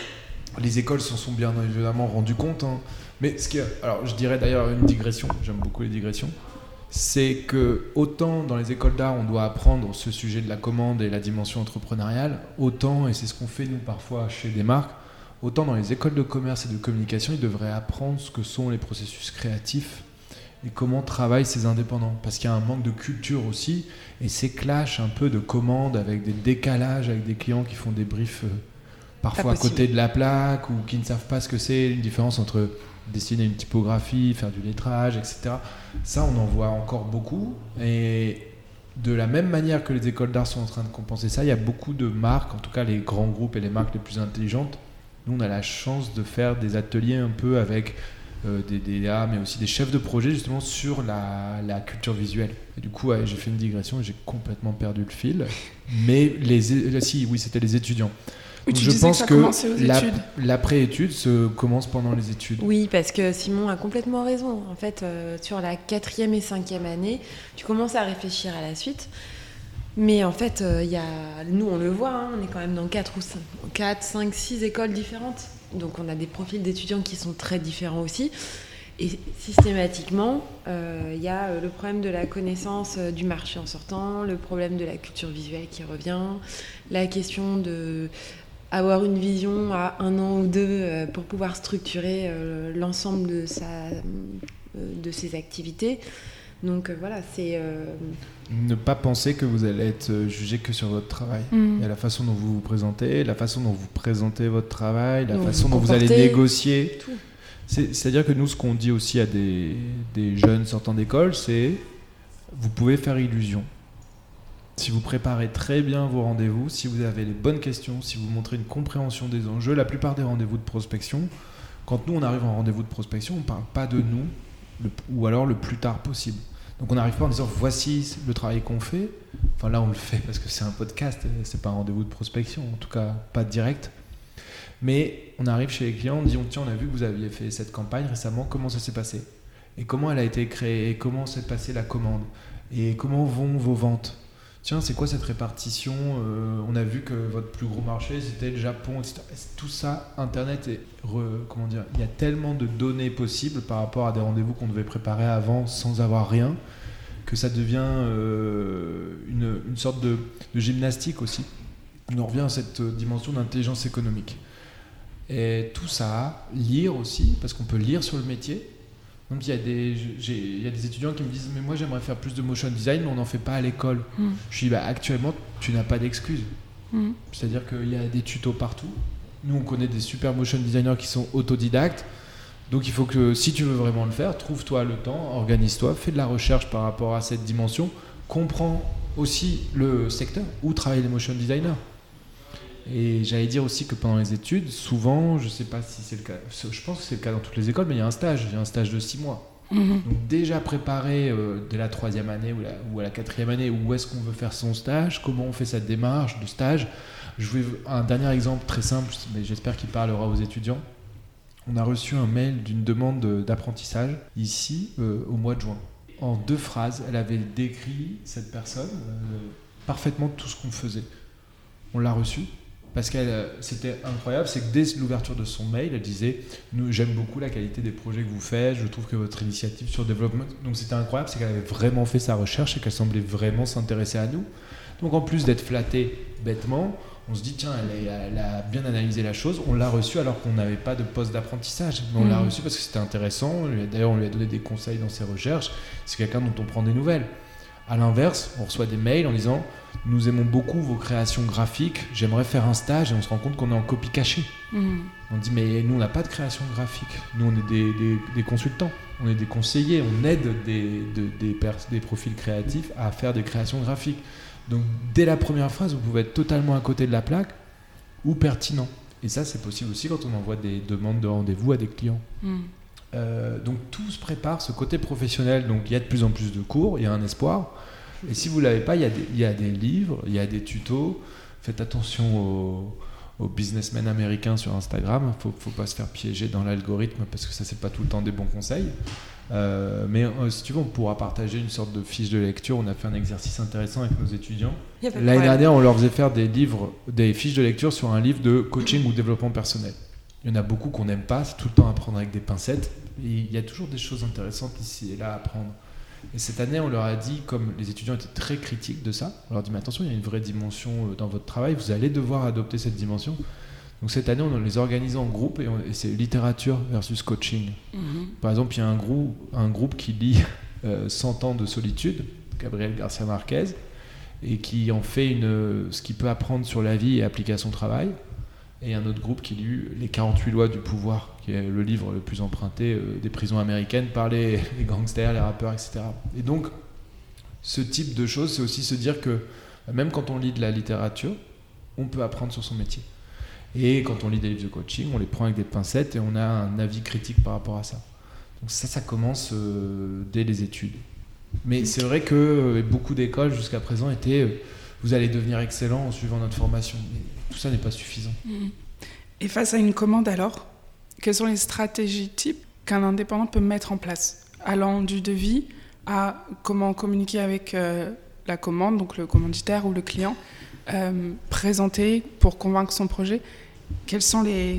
Les écoles s'en sont bien évidemment rendues compte. Hein. Mais alors je dirais d'ailleurs une digression, j'aime beaucoup les digressions. C'est que autant dans les écoles d'art on doit apprendre ce sujet de la commande et la dimension entrepreneuriale, autant, et c'est ce qu'on fait nous parfois chez des marques, autant dans les écoles de commerce et de communication, ils devraient apprendre ce que sont les processus créatifs et comment travaillent ces indépendants. Parce qu'il y a un manque de culture aussi, et ces clashs un peu de commandes avec des décalages, avec des clients qui font des briefs parfois à côté de la plaque ou qui ne savent pas ce que c'est, une différence entre dessiner une typographie, faire du lettrage, etc. Ça, on en voit encore beaucoup. Et de la même manière que les écoles d'art sont en train de compenser ça, il y a beaucoup de marques, en tout cas les grands groupes et les marques les plus intelligentes. Nous, on a la chance de faire des ateliers un peu avec des DA, mais aussi des chefs de projet, justement, sur la culture visuelle. Et du coup, j'ai fait une digression et j'ai complètement perdu le fil. Mais c'était les étudiants. Oui, je pense que l'après-études commence pendant les études. Oui, parce que Simon a complètement raison. En fait, sur la 4e et 5e année, tu commences à réfléchir à la suite. Mais en fait, nous, on le voit, hein, on est quand même dans 4, 5, 6 écoles différentes. Donc, on a des profils d'étudiants qui sont très différents aussi. Et systématiquement, y a le problème de la connaissance du marché en sortant, le problème de la culture visuelle qui revient, la question de avoir une vision à 1 an ou 2 pour pouvoir structurer l'ensemble de ses activités. Donc voilà, c'est... Ne pas penser que vous allez être jugé que sur votre travail. Il y a la façon dont vous vous présentez, la façon dont vous présentez votre travail, la façon dont vous allez négocier. Tout. C'est-à-dire que nous, ce qu'on dit aussi à des jeunes sortant d'école, c'est vous pouvez faire illusion. Si vous préparez très bien vos rendez-vous, si vous avez les bonnes questions, si vous montrez une compréhension des enjeux, la plupart des rendez-vous de prospection, quand nous on arrive en rendez-vous de prospection, on ne parle pas de nous, ou alors le plus tard possible. Donc on n'arrive pas en disant voici le travail qu'on fait. Enfin là on le fait parce que c'est un podcast, c'est pas un rendez-vous de prospection, en tout cas pas direct. Mais on arrive chez les clients, on dit tiens, on a vu que vous aviez fait cette campagne récemment, comment ça s'est passé ? Et comment elle a été créée ? Et comment s'est passée la commande ? Et comment vont vos ventes ? Tiens, c'est quoi cette répartition ? On a vu que votre plus gros marché, c'était le Japon, etc. Tout ça, Internet, il y a tellement de données possibles par rapport à des rendez-vous qu'on devait préparer avant sans avoir rien, que ça devient une sorte de gymnastique aussi. On revient à cette dimension d'intelligence économique. Et tout ça, lire aussi, parce qu'on peut lire sur le métier. Donc il y a des étudiants qui me disent mais moi j'aimerais faire plus de motion design mais on n'en fait pas à l'école. Je dis actuellement tu n'as pas d'excuses. C'est-à-dire qu'il y a des tutos partout. Nous on connaît des super motion designers qui sont autodidactes. Donc il faut que si tu veux vraiment le faire, trouve-toi le temps, organise-toi, fais de la recherche par rapport à cette dimension, comprends aussi le secteur où travaillent les motion designers. Et j'allais dire aussi que pendant les études, souvent, je ne sais pas si c'est le cas, je pense que c'est le cas dans toutes les écoles, mais il y a un stage de 6 mois. Donc déjà préparer dès la 3e année ou à la 4e année où est-ce qu'on veut faire son stage, comment on fait sa démarche de stage. Je vais un dernier exemple très simple, mais j'espère qu'il parlera aux étudiants. On a reçu un mail d'une demande d'apprentissage ici au mois de juin. En 2 phrases, elle avait décrit, cette personne, parfaitement tout ce qu'on faisait. On l'a reçu parce que c'était incroyable, c'est que dès l'ouverture de son mail, elle disait « J'aime beaucoup la qualité des projets que vous faites, je trouve que votre initiative sur le développement... » Donc c'était incroyable, c'est qu'elle avait vraiment fait sa recherche et qu'elle semblait vraiment s'intéresser à nous. Donc en plus d'être flattée bêtement, on se dit tiens, elle a bien analysé la chose, on l'a reçue alors qu'on n'avait pas de poste d'apprentissage. Mais on l'a reçue parce que c'était intéressant, d'ailleurs on lui a donné des conseils dans ses recherches, c'est quelqu'un dont on prend des nouvelles. A l'inverse, on reçoit des mails en disant nous aimons beaucoup vos créations graphiques, j'aimerais faire un stage, et on se rend compte qu'on est en copie cachée. On dit mais nous on n'a pas de création graphique, nous on est des consultants, on est des conseillers, on aide des profils créatifs à faire des créations graphiques. Donc dès la première phrase vous pouvez être totalement à côté de la plaque ou pertinent, et ça c'est possible aussi quand on envoie des demandes de rendez-vous à des clients. Donc tout se prépare, ce côté professionnel. Donc il y a de plus en plus de cours, il y a un espoir. Et si vous ne l'avez pas, il y a des livres, il y a des tutos. Faites attention aux businessmen américains sur Instagram. Il ne faut pas se faire piéger dans l'algorithme parce que ça, c'est pas tout le temps des bons conseils. Mais si tu veux, on pourra partager une sorte de fiche de lecture. On a fait un exercice intéressant avec nos étudiants. L'année dernière, on leur faisait faire des fiches de lecture sur un livre de coaching ou développement personnel. Il y en a beaucoup qu'on n'aime pas, c'est tout le temps à prendre avec des pincettes. Et il y a toujours des choses intéressantes ici et là à prendre. Et cette année, on leur a dit, comme les étudiants étaient très critiques de ça, on leur a dit mais attention, il y a une vraie dimension dans votre travail, vous allez devoir adopter cette dimension. Donc cette année, on les organise en groupe et c'est littérature versus coaching. Par exemple, il y a un groupe qui lit 100 ans de solitude, Gabriel Garcia Marquez, et qui en fait ce qu'il peut apprendre sur la vie et appliquer à son travail. Et un autre groupe qui lit Les 48 lois du pouvoir, qui est le livre le plus emprunté des prisons américaines par les gangsters, les rappeurs, etc. Et donc, ce type de choses, c'est aussi se dire que même quand on lit de la littérature, on peut apprendre sur son métier. Et quand on lit des livres de coaching, on les prend avec des pincettes et on a un avis critique par rapport à ça. Donc ça commence dès les études. Mais c'est vrai que beaucoup d'écoles jusqu'à présent étaient vous allez devenir excellent en suivant notre formation. Mais tout ça n'est pas suffisant. Et face à une commande alors, quelles sont les stratégies types qu'un indépendant peut mettre en place, allant du devis à comment communiquer avec la commande, donc le commanditaire ou le client, présenter pour convaincre son projet. Quels sont les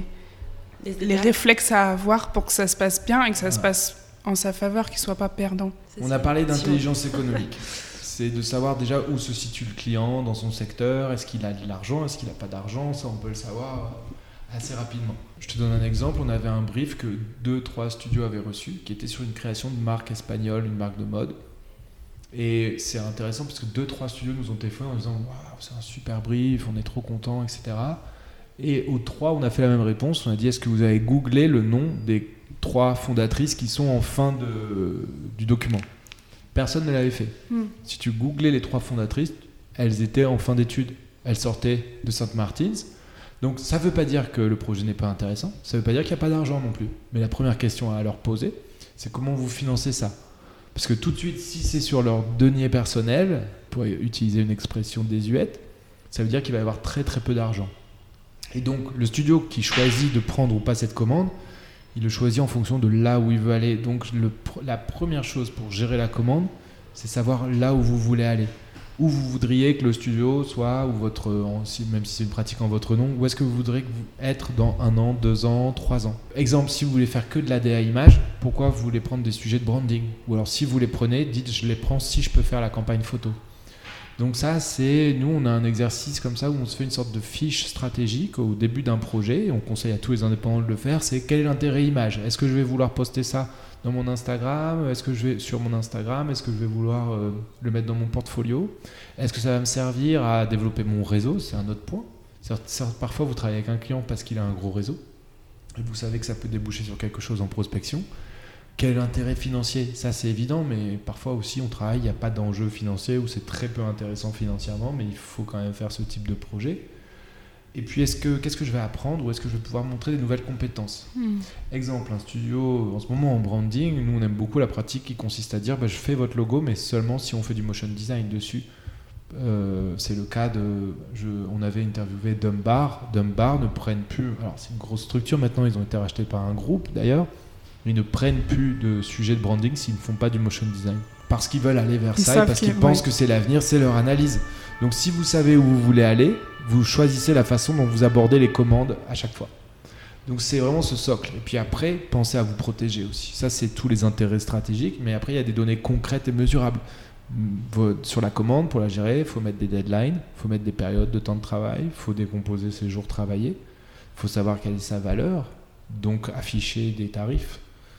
réflexes à avoir pour que ça se passe bien et que ça se passe en sa faveur, qu'il ne soit pas perdant? On a parlé d'intelligence économique. C'est de savoir déjà où se situe le client dans son secteur, est-ce qu'il a de l'argent, est-ce qu'il n'a pas d'argent, ça on peut le savoir assez rapidement. Je te donne un exemple, on avait un brief que 2-3 studios avaient reçu qui était sur une création de marque espagnole, une marque de mode. Et c'est intéressant parce que 2-3 studios nous ont téléphoné en disant « Waouh, c'est un super brief, on est trop contents, etc. » Et aux 3, on a fait la même réponse, on a dit « Est-ce que vous avez googlé le nom des 3 fondatrices qui sont en fin du document ?» Personne ne l'avait fait. Si tu googlais les 3 fondatrices, elles étaient en fin d'études. Elles sortaient de Saint-Martin's. Donc ça ne veut pas dire que le projet n'est pas intéressant. Ça ne veut pas dire qu'il n'y a pas d'argent non plus. Mais la première question à leur poser, c'est comment vous financez ça ? Parce que tout de suite, si c'est sur leur denier personnel, pour utiliser une expression désuète, ça veut dire qu'il va y avoir très très peu d'argent. Et donc le studio qui choisit de prendre ou pas cette commande, il le choisit en fonction de là où il veut aller. Donc la première chose pour gérer la commande, c'est savoir là où vous voulez aller. Où vous voudriez que le studio soit, ou même si c'est une pratique en votre nom, où est-ce que vous voudriez être dans 1 an, 2 ans, 3 ans. Exemple, si vous voulez faire que de la DA image, pourquoi vous voulez prendre des sujets de branding ? Ou alors si vous les prenez, dites je les prends si je peux faire la campagne photo. Donc ça, nous on a un exercice comme ça où on se fait une sorte de fiche stratégique au début d'un projet, et on conseille à tous les indépendants de le faire, c'est quel est l'intérêt image ? Est-ce que je vais vouloir poster ça dans mon Instagram ? Est-ce que je vais sur mon Instagram ? Est-ce que je vais vouloir le mettre dans mon portfolio ? Est-ce que ça va me servir à développer mon réseau ? C'est un autre point. Parfois vous travaillez avec un client parce qu'il a un gros réseau, et vous savez que ça peut déboucher sur quelque chose en prospection. Quel est l'intérêt financier ? Ça c'est évident, mais parfois aussi on travaille, il n'y a pas d'enjeu financier ou c'est très peu intéressant financièrement, mais il faut quand même faire ce type de projet. Et puis, qu'est-ce que je vais apprendre ou est-ce que je vais pouvoir montrer des nouvelles compétences ? Exemple, un studio, en ce moment en branding, nous on aime beaucoup la pratique qui consiste à dire je fais votre logo, mais seulement si on fait du motion design dessus. C'est le cas on avait interviewé Dumbar. Dumbar ne prennent plus, alors c'est une grosse structure maintenant, ils ont été rachetés par un groupe d'ailleurs, mais ils ne prennent plus de sujets de branding s'ils ne font pas du motion design. Parce qu'ils veulent aller vers ça et parce qu'ils pensent que c'est l'avenir, c'est leur analyse. Donc si vous savez où vous voulez aller, vous choisissez la façon dont vous abordez les commandes à chaque fois. Donc c'est vraiment ce socle. Et puis après, pensez à vous protéger aussi. Ça, c'est tous les intérêts stratégiques, mais après, il y a des données concrètes et mesurables. Sur la commande, pour la gérer, il faut mettre des deadlines, il faut mettre des périodes de temps de travail, il faut décomposer ses jours travaillés, il faut savoir quelle est sa valeur, donc afficher des tarifs,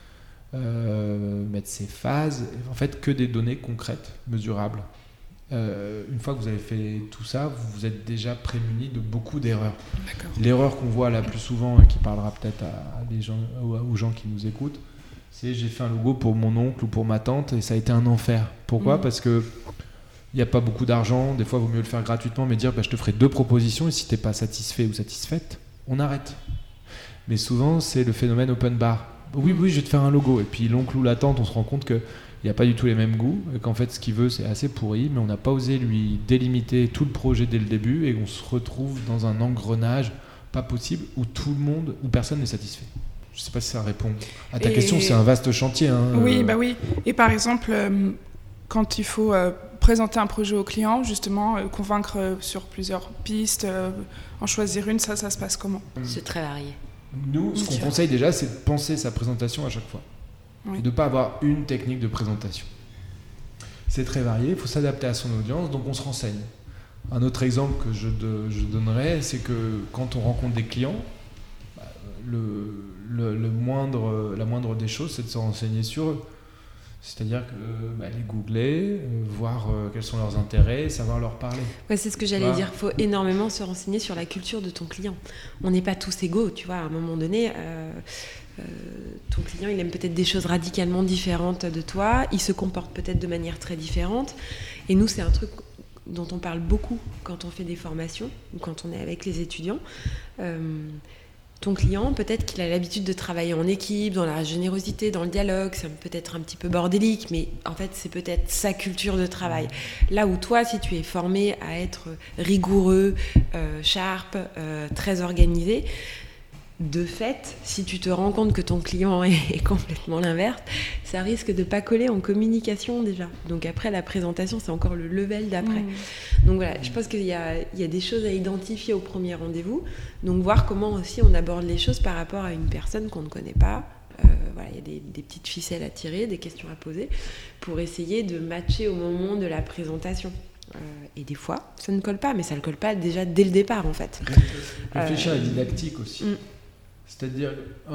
mettre ses phases, en fait que des données concrètes, mesurables. Une fois que vous avez fait tout ça, vous êtes déjà prémuni de beaucoup d'erreurs. D'accord. L'erreur qu'on voit la plus souvent et qui parlera peut-être à des gens, aux gens qui nous écoutent, c'est j'ai fait un logo pour mon oncle ou pour ma tante et ça a été un enfer. Pourquoi ? Parce que il n'y a pas beaucoup d'argent, des fois il vaut mieux le faire gratuitement, mais dire je te ferai 2 propositions et si tu n'es pas satisfait ou satisfaite, on arrête. Mais souvent c'est le phénomène open bar. Oui, je vais te faire un logo. Et puis l'oncle ou la tante, on se rend compte qu'il n'y a pas du tout les mêmes goûts, et qu'en fait ce qu'il veut c'est assez pourri, mais on n'a pas osé lui délimiter tout le projet dès le début et on se retrouve dans un engrenage pas possible où personne n'est satisfait. Je ne sais pas si ça répond à ta question, c'est un vaste chantier. Oui. Et par exemple, quand il faut présenter un projet au client, justement, convaincre sur plusieurs pistes, en choisir une, ça se passe comment ? C'est très varié. Nous, ce qu'on conseille déjà, c'est de penser sa présentation à chaque fois. Et de ne pas avoir une technique de présentation. C'est très varié, il faut s'adapter à son audience, donc on se renseigne. Un autre exemple que je donnerais, c'est que quand on rencontre des clients, la moindre des choses, c'est de se renseigner sur eux. C'est-à-dire que les googler, voir quels sont leurs intérêts, savoir leur parler. Ouais, c'est ce que j'allais dire. Il faut énormément se renseigner sur la culture de ton client. On n'est pas tous égaux, tu vois. À un moment donné, ton client, il aime peut-être des choses radicalement différentes de toi. Il se comporte peut-être de manière très différente. Et nous, c'est un truc dont on parle beaucoup quand on fait des formations ou quand on est avec les étudiants. Ton client, peut-être qu'il a l'habitude de travailler en équipe, dans la générosité, dans le dialogue, c'est peut-être un petit peu bordélique, mais en fait, c'est peut-être sa culture de travail. Là où toi, si tu es formé à être rigoureux, sharp, très organisé, de fait, si tu te rends compte que ton client est complètement l'inverse, ça risque de pas coller en communication déjà. Donc après, la présentation, c'est encore le level d'après. Donc voilà, je pense qu'il y a des choses à identifier au premier rendez-vous. Donc voir comment aussi on aborde les choses par rapport à une personne qu'on ne connaît pas. Il y a des petites ficelles à tirer, des questions à poser pour essayer de matcher au moment de la présentation. Et des fois, ça ne colle pas, mais ça ne colle pas déjà dès le départ en fait. Réfléchir à la didactique aussi. C'est-à-dire,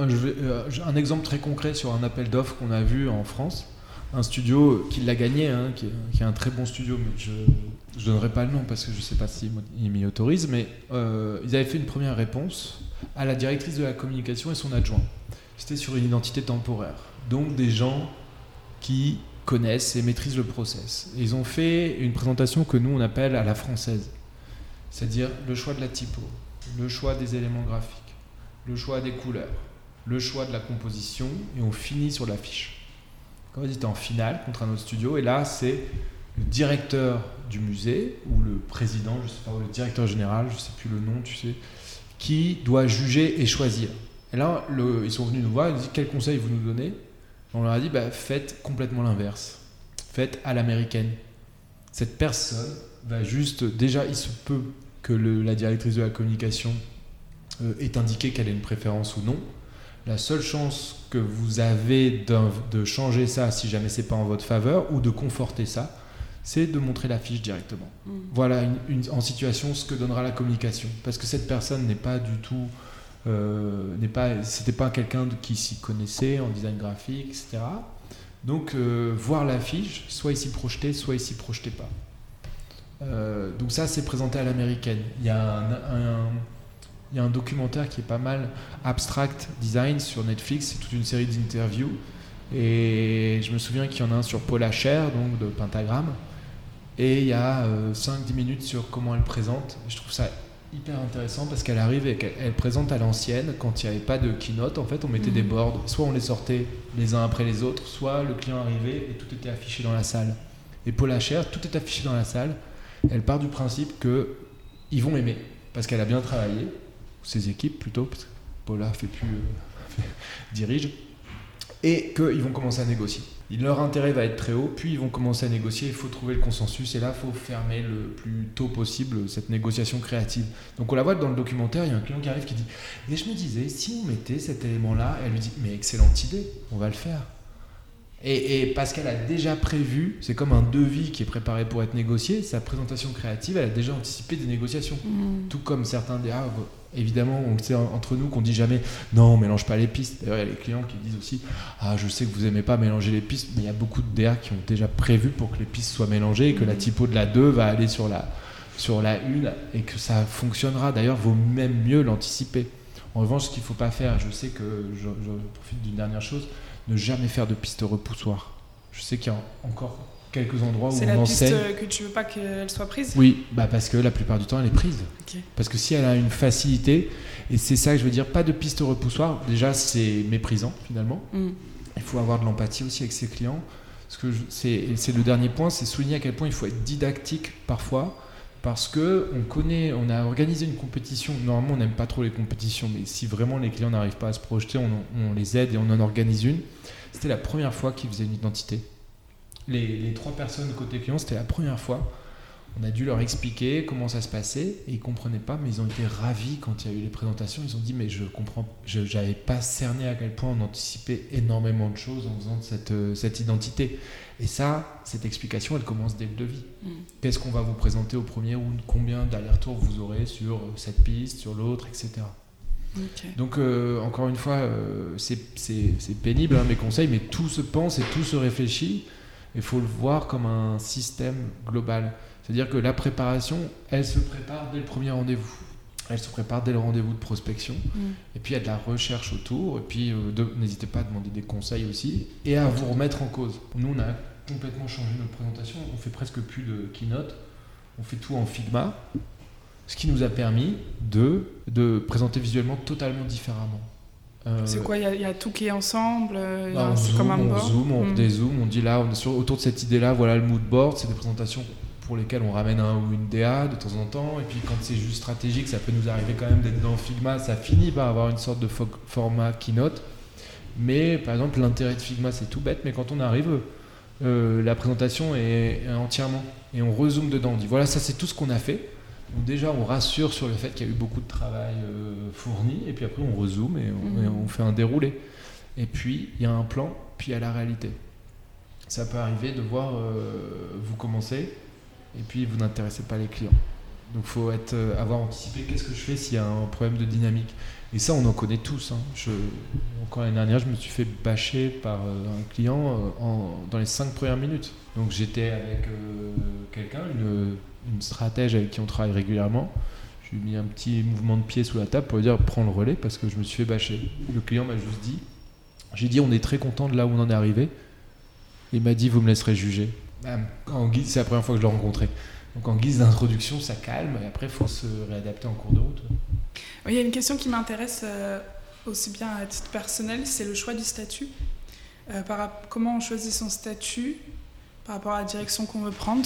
un exemple très concret sur un appel d'offres qu'on a vu en France, un studio qui l'a gagné, qui est un très bon studio, mais je ne donnerai pas le nom parce que je ne sais pas s'il m'y autorise, mais ils avaient fait une première réponse à la directrice de la communication et son adjoint. C'était sur une identité temporaire, donc des gens qui connaissent et maîtrisent le process. Et ils ont fait une présentation que nous on appelle à la française, c'est-à-dire le choix de la typo, le choix des éléments graphiques, le choix des couleurs, le choix de la composition, et on finit sur l'affiche. Quand ils étaient en finale contre un autre studio, et là c'est le directeur du musée, ou le président, je sais pas, ou le directeur général, je sais plus le nom, tu sais, qui doit juger et choisir. Et là, ils sont venus nous voir, ils nous ont dit quel conseil vous nous donnez ? On leur a dit faites complètement l'inverse, faites à l'américaine. Cette personne va juste, déjà il se peut que la directrice de la communication est indiqué qu'elle a une préférence ou non. La seule chance que vous avez de changer ça si jamais c'est pas en votre faveur ou de conforter ça, c'est de montrer l'affiche directement. Voilà en situation ce que donnera la communication, parce que cette personne n'est pas du tout c'était pas quelqu'un qui s'y connaissait en design graphique, etc. Donc voir l'affiche, soit ici projeté, soit ici projeté pas. Donc ça c'est présenté à l'américaine. Il y a un documentaire qui est pas mal, Abstract Design, sur Netflix, c'est toute une série d'interviews, et je me souviens qu'il y en a un sur Paula Scher, donc de Pentagram, et il y a 5-10 minutes sur comment elle présente. Je trouve ça hyper intéressant parce qu'elle arrive et qu'elle présente à l'ancienne. Quand il n'y avait pas de keynote, en fait, on mettait des boards. Soit on les sortait les uns après les autres, soit le client arrivait et tout était affiché dans la salle. Et Paula Scher, tout est affiché dans la salle. Elle part du principe qu'ils vont aimer parce qu'elle a bien travaillé, ses équipes plutôt, parce que Paula dirige, et qu'ils vont commencer à négocier. Leur intérêt va être très haut, puis ils vont commencer à négocier, il faut trouver le consensus, et là, il faut fermer le plus tôt possible cette négociation créative. Donc on la voit dans le documentaire, il y a un client qui arrive qui dit « Et je me disais, si on mettait cet élément-là », elle lui dit « Mais excellente idée, on va le faire ». Et parce qu'elle a déjà prévu, c'est comme un devis qui est préparé pour être négocié, sa présentation créative, elle a déjà anticipé des négociations. Tout comme certains DA, évidemment, on sait entre nous qu'on dit jamais non, on mélange pas les pistes. D'ailleurs, il y a les clients qui disent aussi je sais que vous aimez pas mélanger les pistes, mais il y a beaucoup de DA qui ont déjà prévu pour que les pistes soient mélangées et que la typo de la 2 va aller sur la 1 et que ça fonctionnera. D'ailleurs, vaut même mieux l'anticiper. En revanche, ce qu'il faut pas faire, je sais que je profite d'une dernière chose, ne jamais faire de piste repoussoir. Je sais qu'il y a encore quelques endroits où on enseigne. C'est la piste que tu veux pas qu'elle soit prise ? Oui, parce que la plupart du temps elle est prise. Okay. Parce que si elle a une facilité, et c'est ça que je veux dire, pas de piste repoussoir, déjà c'est méprisant finalement. Il faut avoir de l'empathie aussi avec ses clients. C'est le dernier point, c'est souligner à quel point il faut être didactique parfois. Parce on a organisé une compétition. Normalement, on n'aime pas trop les compétitions, mais si vraiment les clients n'arrivent pas à se projeter, on les aide et on en organise une. C'était la première fois qu'ils faisaient une identité. Les 3 personnes côté client, c'était la première fois. On a dû leur expliquer comment ça se passait et ils ne comprenaient pas, mais ils ont été ravis quand il y a eu les présentations. Ils ont dit, mais je comprends, je n'avais pas cerné à quel point on anticipait énormément de choses en faisant cette identité. Et ça, cette explication, elle commence dès le devis. Qu'est-ce qu'on va vous présenter au premier round ? Combien d'allers-retours vous aurez sur cette piste, sur l'autre, etc. Okay. Donc, encore une fois, c'est pénible, mes conseils, mais tout se pense et tout se réfléchit. Il faut le voir comme un système global. C'est-à-dire que la préparation, elle se prépare dès le premier rendez-vous. Elle se prépare dès le rendez-vous de prospection. Et puis, il y a de la recherche autour. Et puis, n'hésitez pas à demander des conseils aussi et à vous remettre en cause. Nous, on a complètement changé notre présentation. On fait presque plus de keynote. On fait tout en Figma. Ce qui nous a permis de présenter visuellement totalement différemment. C'est quoi, il y a tout qui est ensemble, c'est comme un board. On zoome, on dézoome, on dit là, on est autour de cette idée-là, voilà le mood board, c'est des présentations pour lesquelles on ramène un ou une DA de temps en temps, et puis quand c'est juste stratégique, ça peut nous arriver quand même d'être dans Figma, ça finit par avoir une sorte de format keynote, mais par exemple l'intérêt de Figma c'est tout bête, mais quand on arrive, la présentation est entièrement, et on rezoome dedans, on dit voilà ça c'est tout ce qu'on a fait. Donc déjà, on rassure sur le fait qu'il y a eu beaucoup de travail fourni, et puis après, on rezoome et on fait un déroulé. Et puis, il y a un plan, puis il y a la réalité. Ça peut arriver de voir, vous commencez, et puis vous n'intéressez pas les clients. Donc, il faut avoir anticipé qu'est-ce que je fais s'il y a un problème de dynamique. Et ça, on en connaît tous. Encore l'année dernière, je me suis fait bâcher par un client dans les 5 premières minutes. Donc, j'étais avec quelqu'un, une stratège avec qui on travaille régulièrement. Je lui ai mis un petit mouvement de pied sous la table pour lui dire prends le relais parce que je me suis fait bâcher. Le client m'a juste dit, j'ai dit on est très content de là où on en est arrivé. Il m'a dit vous me laisserez juger. C'est la première fois que je l'ai rencontré. Donc en guise d'introduction ça calme et après il faut se réadapter en cours de route. Il y a une question qui m'intéresse aussi bien à titre personnel, c'est le choix du statut. Comment on choisit son statut par rapport à la direction qu'on veut prendre.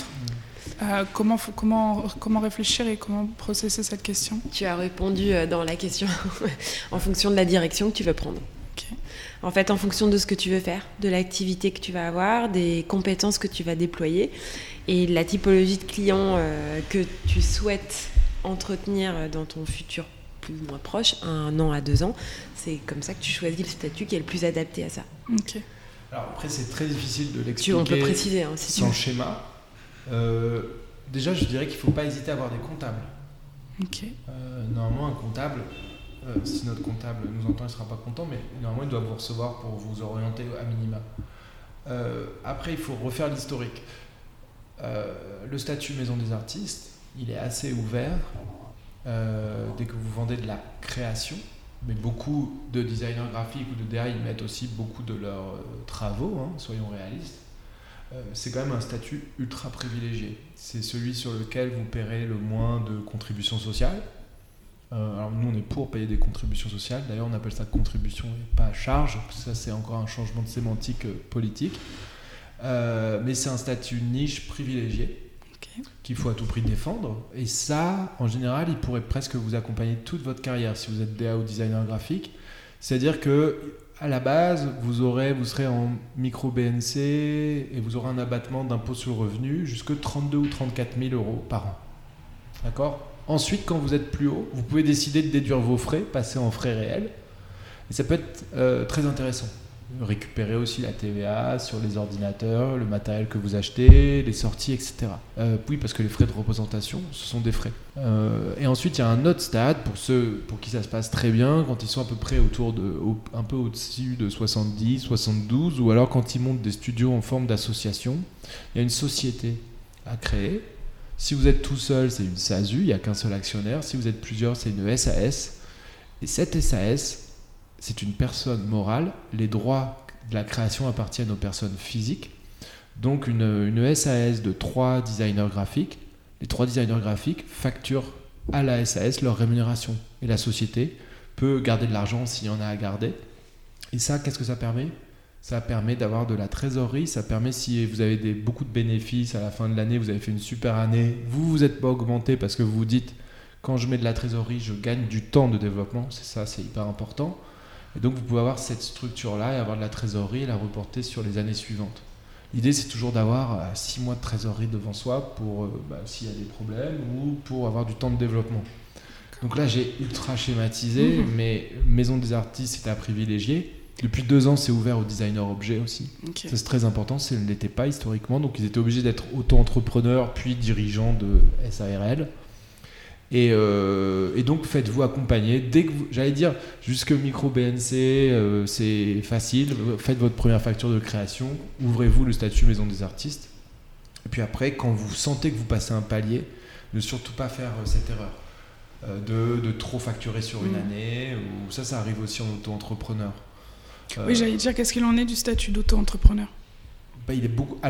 Comment réfléchir et comment processer cette question ? Tu as répondu dans la question en fonction de la direction que tu veux prendre. Okay. En fait, en fonction de ce que tu veux faire, de l'activité que tu vas avoir, des compétences que tu vas déployer et la typologie de clients que tu souhaites entretenir dans ton futur plus ou moins proche, 1 an à 2 ans, c'est comme ça que tu choisis le statut qui est le plus adapté à ça. Ok. Alors après, c'est très difficile de l'expliquer on peut préciser, sans schéma. Déjà, je dirais qu'il ne faut pas hésiter à avoir des comptables. Okay. Normalement, un comptable, si notre comptable nous entend, il ne sera pas content, mais normalement, il doit vous recevoir pour vous orienter à minima. Après, il faut refaire l'historique. Le statut maison des artistes, il est assez ouvert dès que vous vendez de la création. Mais beaucoup de designers graphiques ou de DA, ils mettent aussi beaucoup de leurs travaux, soyons réalistes. C'est quand même un statut ultra privilégié. C'est celui sur lequel vous paierez le moins de contributions sociales. Alors nous, on est pour payer des contributions sociales. D'ailleurs, on appelle ça contribution et pas charge. Ça, c'est encore un changement de sémantique politique. Mais c'est un statut niche privilégié qu'il faut à tout prix défendre. Et ça, en général, il pourrait presque vous accompagner toute votre carrière si vous êtes DA ou designer graphique. C'est-à-dire que à la base, vous serez en micro BNC et vous aurez un abattement d'impôt sur le revenu jusque 32 ou 34 000 euros par an. D'accord ? Ensuite, quand vous êtes plus haut, vous pouvez décider de déduire vos frais, passer en frais réels. Et ça peut être très intéressant. Récupérer aussi la TVA sur les ordinateurs, le matériel que vous achetez, les sorties, etc. Oui, parce que les frais de représentation, ce sont des frais. Et ensuite, il y a un autre stade pour ceux pour qui ça se passe très bien, quand ils sont à peu près un peu au-dessus de 70, 72, ou alors quand ils montent des studios en forme d'association. Il y a une société à créer. Si vous êtes tout seul, c'est une SASU, il n'y a qu'un seul actionnaire. Si vous êtes plusieurs, c'est une SAS. Et cette SAS, c'est une personne morale. Les droits de la création appartiennent aux personnes physiques. Donc une SAS de 3 designers graphiques. Les 3 designers graphiques facturent à la SAS leur rémunération. Et la société peut garder de l'argent s'il y en a à garder. Et ça, qu'est-ce que ça permet ? Ça permet d'avoir de la trésorerie. Ça permet, si vous avez beaucoup de bénéfices à la fin de l'année, vous avez fait une super année, vous n'êtes pas augmenté parce que vous vous dites, quand je mets de la trésorerie, je gagne du temps de développement. C'est hyper important. Et donc, vous pouvez avoir cette structure-là et avoir de la trésorerie et la reporter sur les années suivantes. L'idée, c'est toujours d'avoir 6 mois de trésorerie devant soi pour s'il y a des problèmes ou pour avoir du temps de développement. Donc là, j'ai ultra schématisé, mais Maison des artistes, c'est à privilégier. Depuis 2 ans, c'est ouvert aux designers objets aussi. Okay. Ça, c'est très important, ça ne l'était pas historiquement. Donc, ils étaient obligés d'être auto-entrepreneurs puis dirigeants de SARL. Et donc faites-vous accompagner dès que j'allais dire jusque micro BNC, c'est facile, faites votre première facture de création, ouvrez-vous le statut maison des artistes, et puis après quand vous sentez que vous passez un palier, ne surtout pas faire cette erreur de trop facturer sur une année, ou ça arrive aussi en auto-entrepreneur. Oui, j'allais dire, qu'est-ce qu'il en est du statut d'auto-entrepreneur ? Il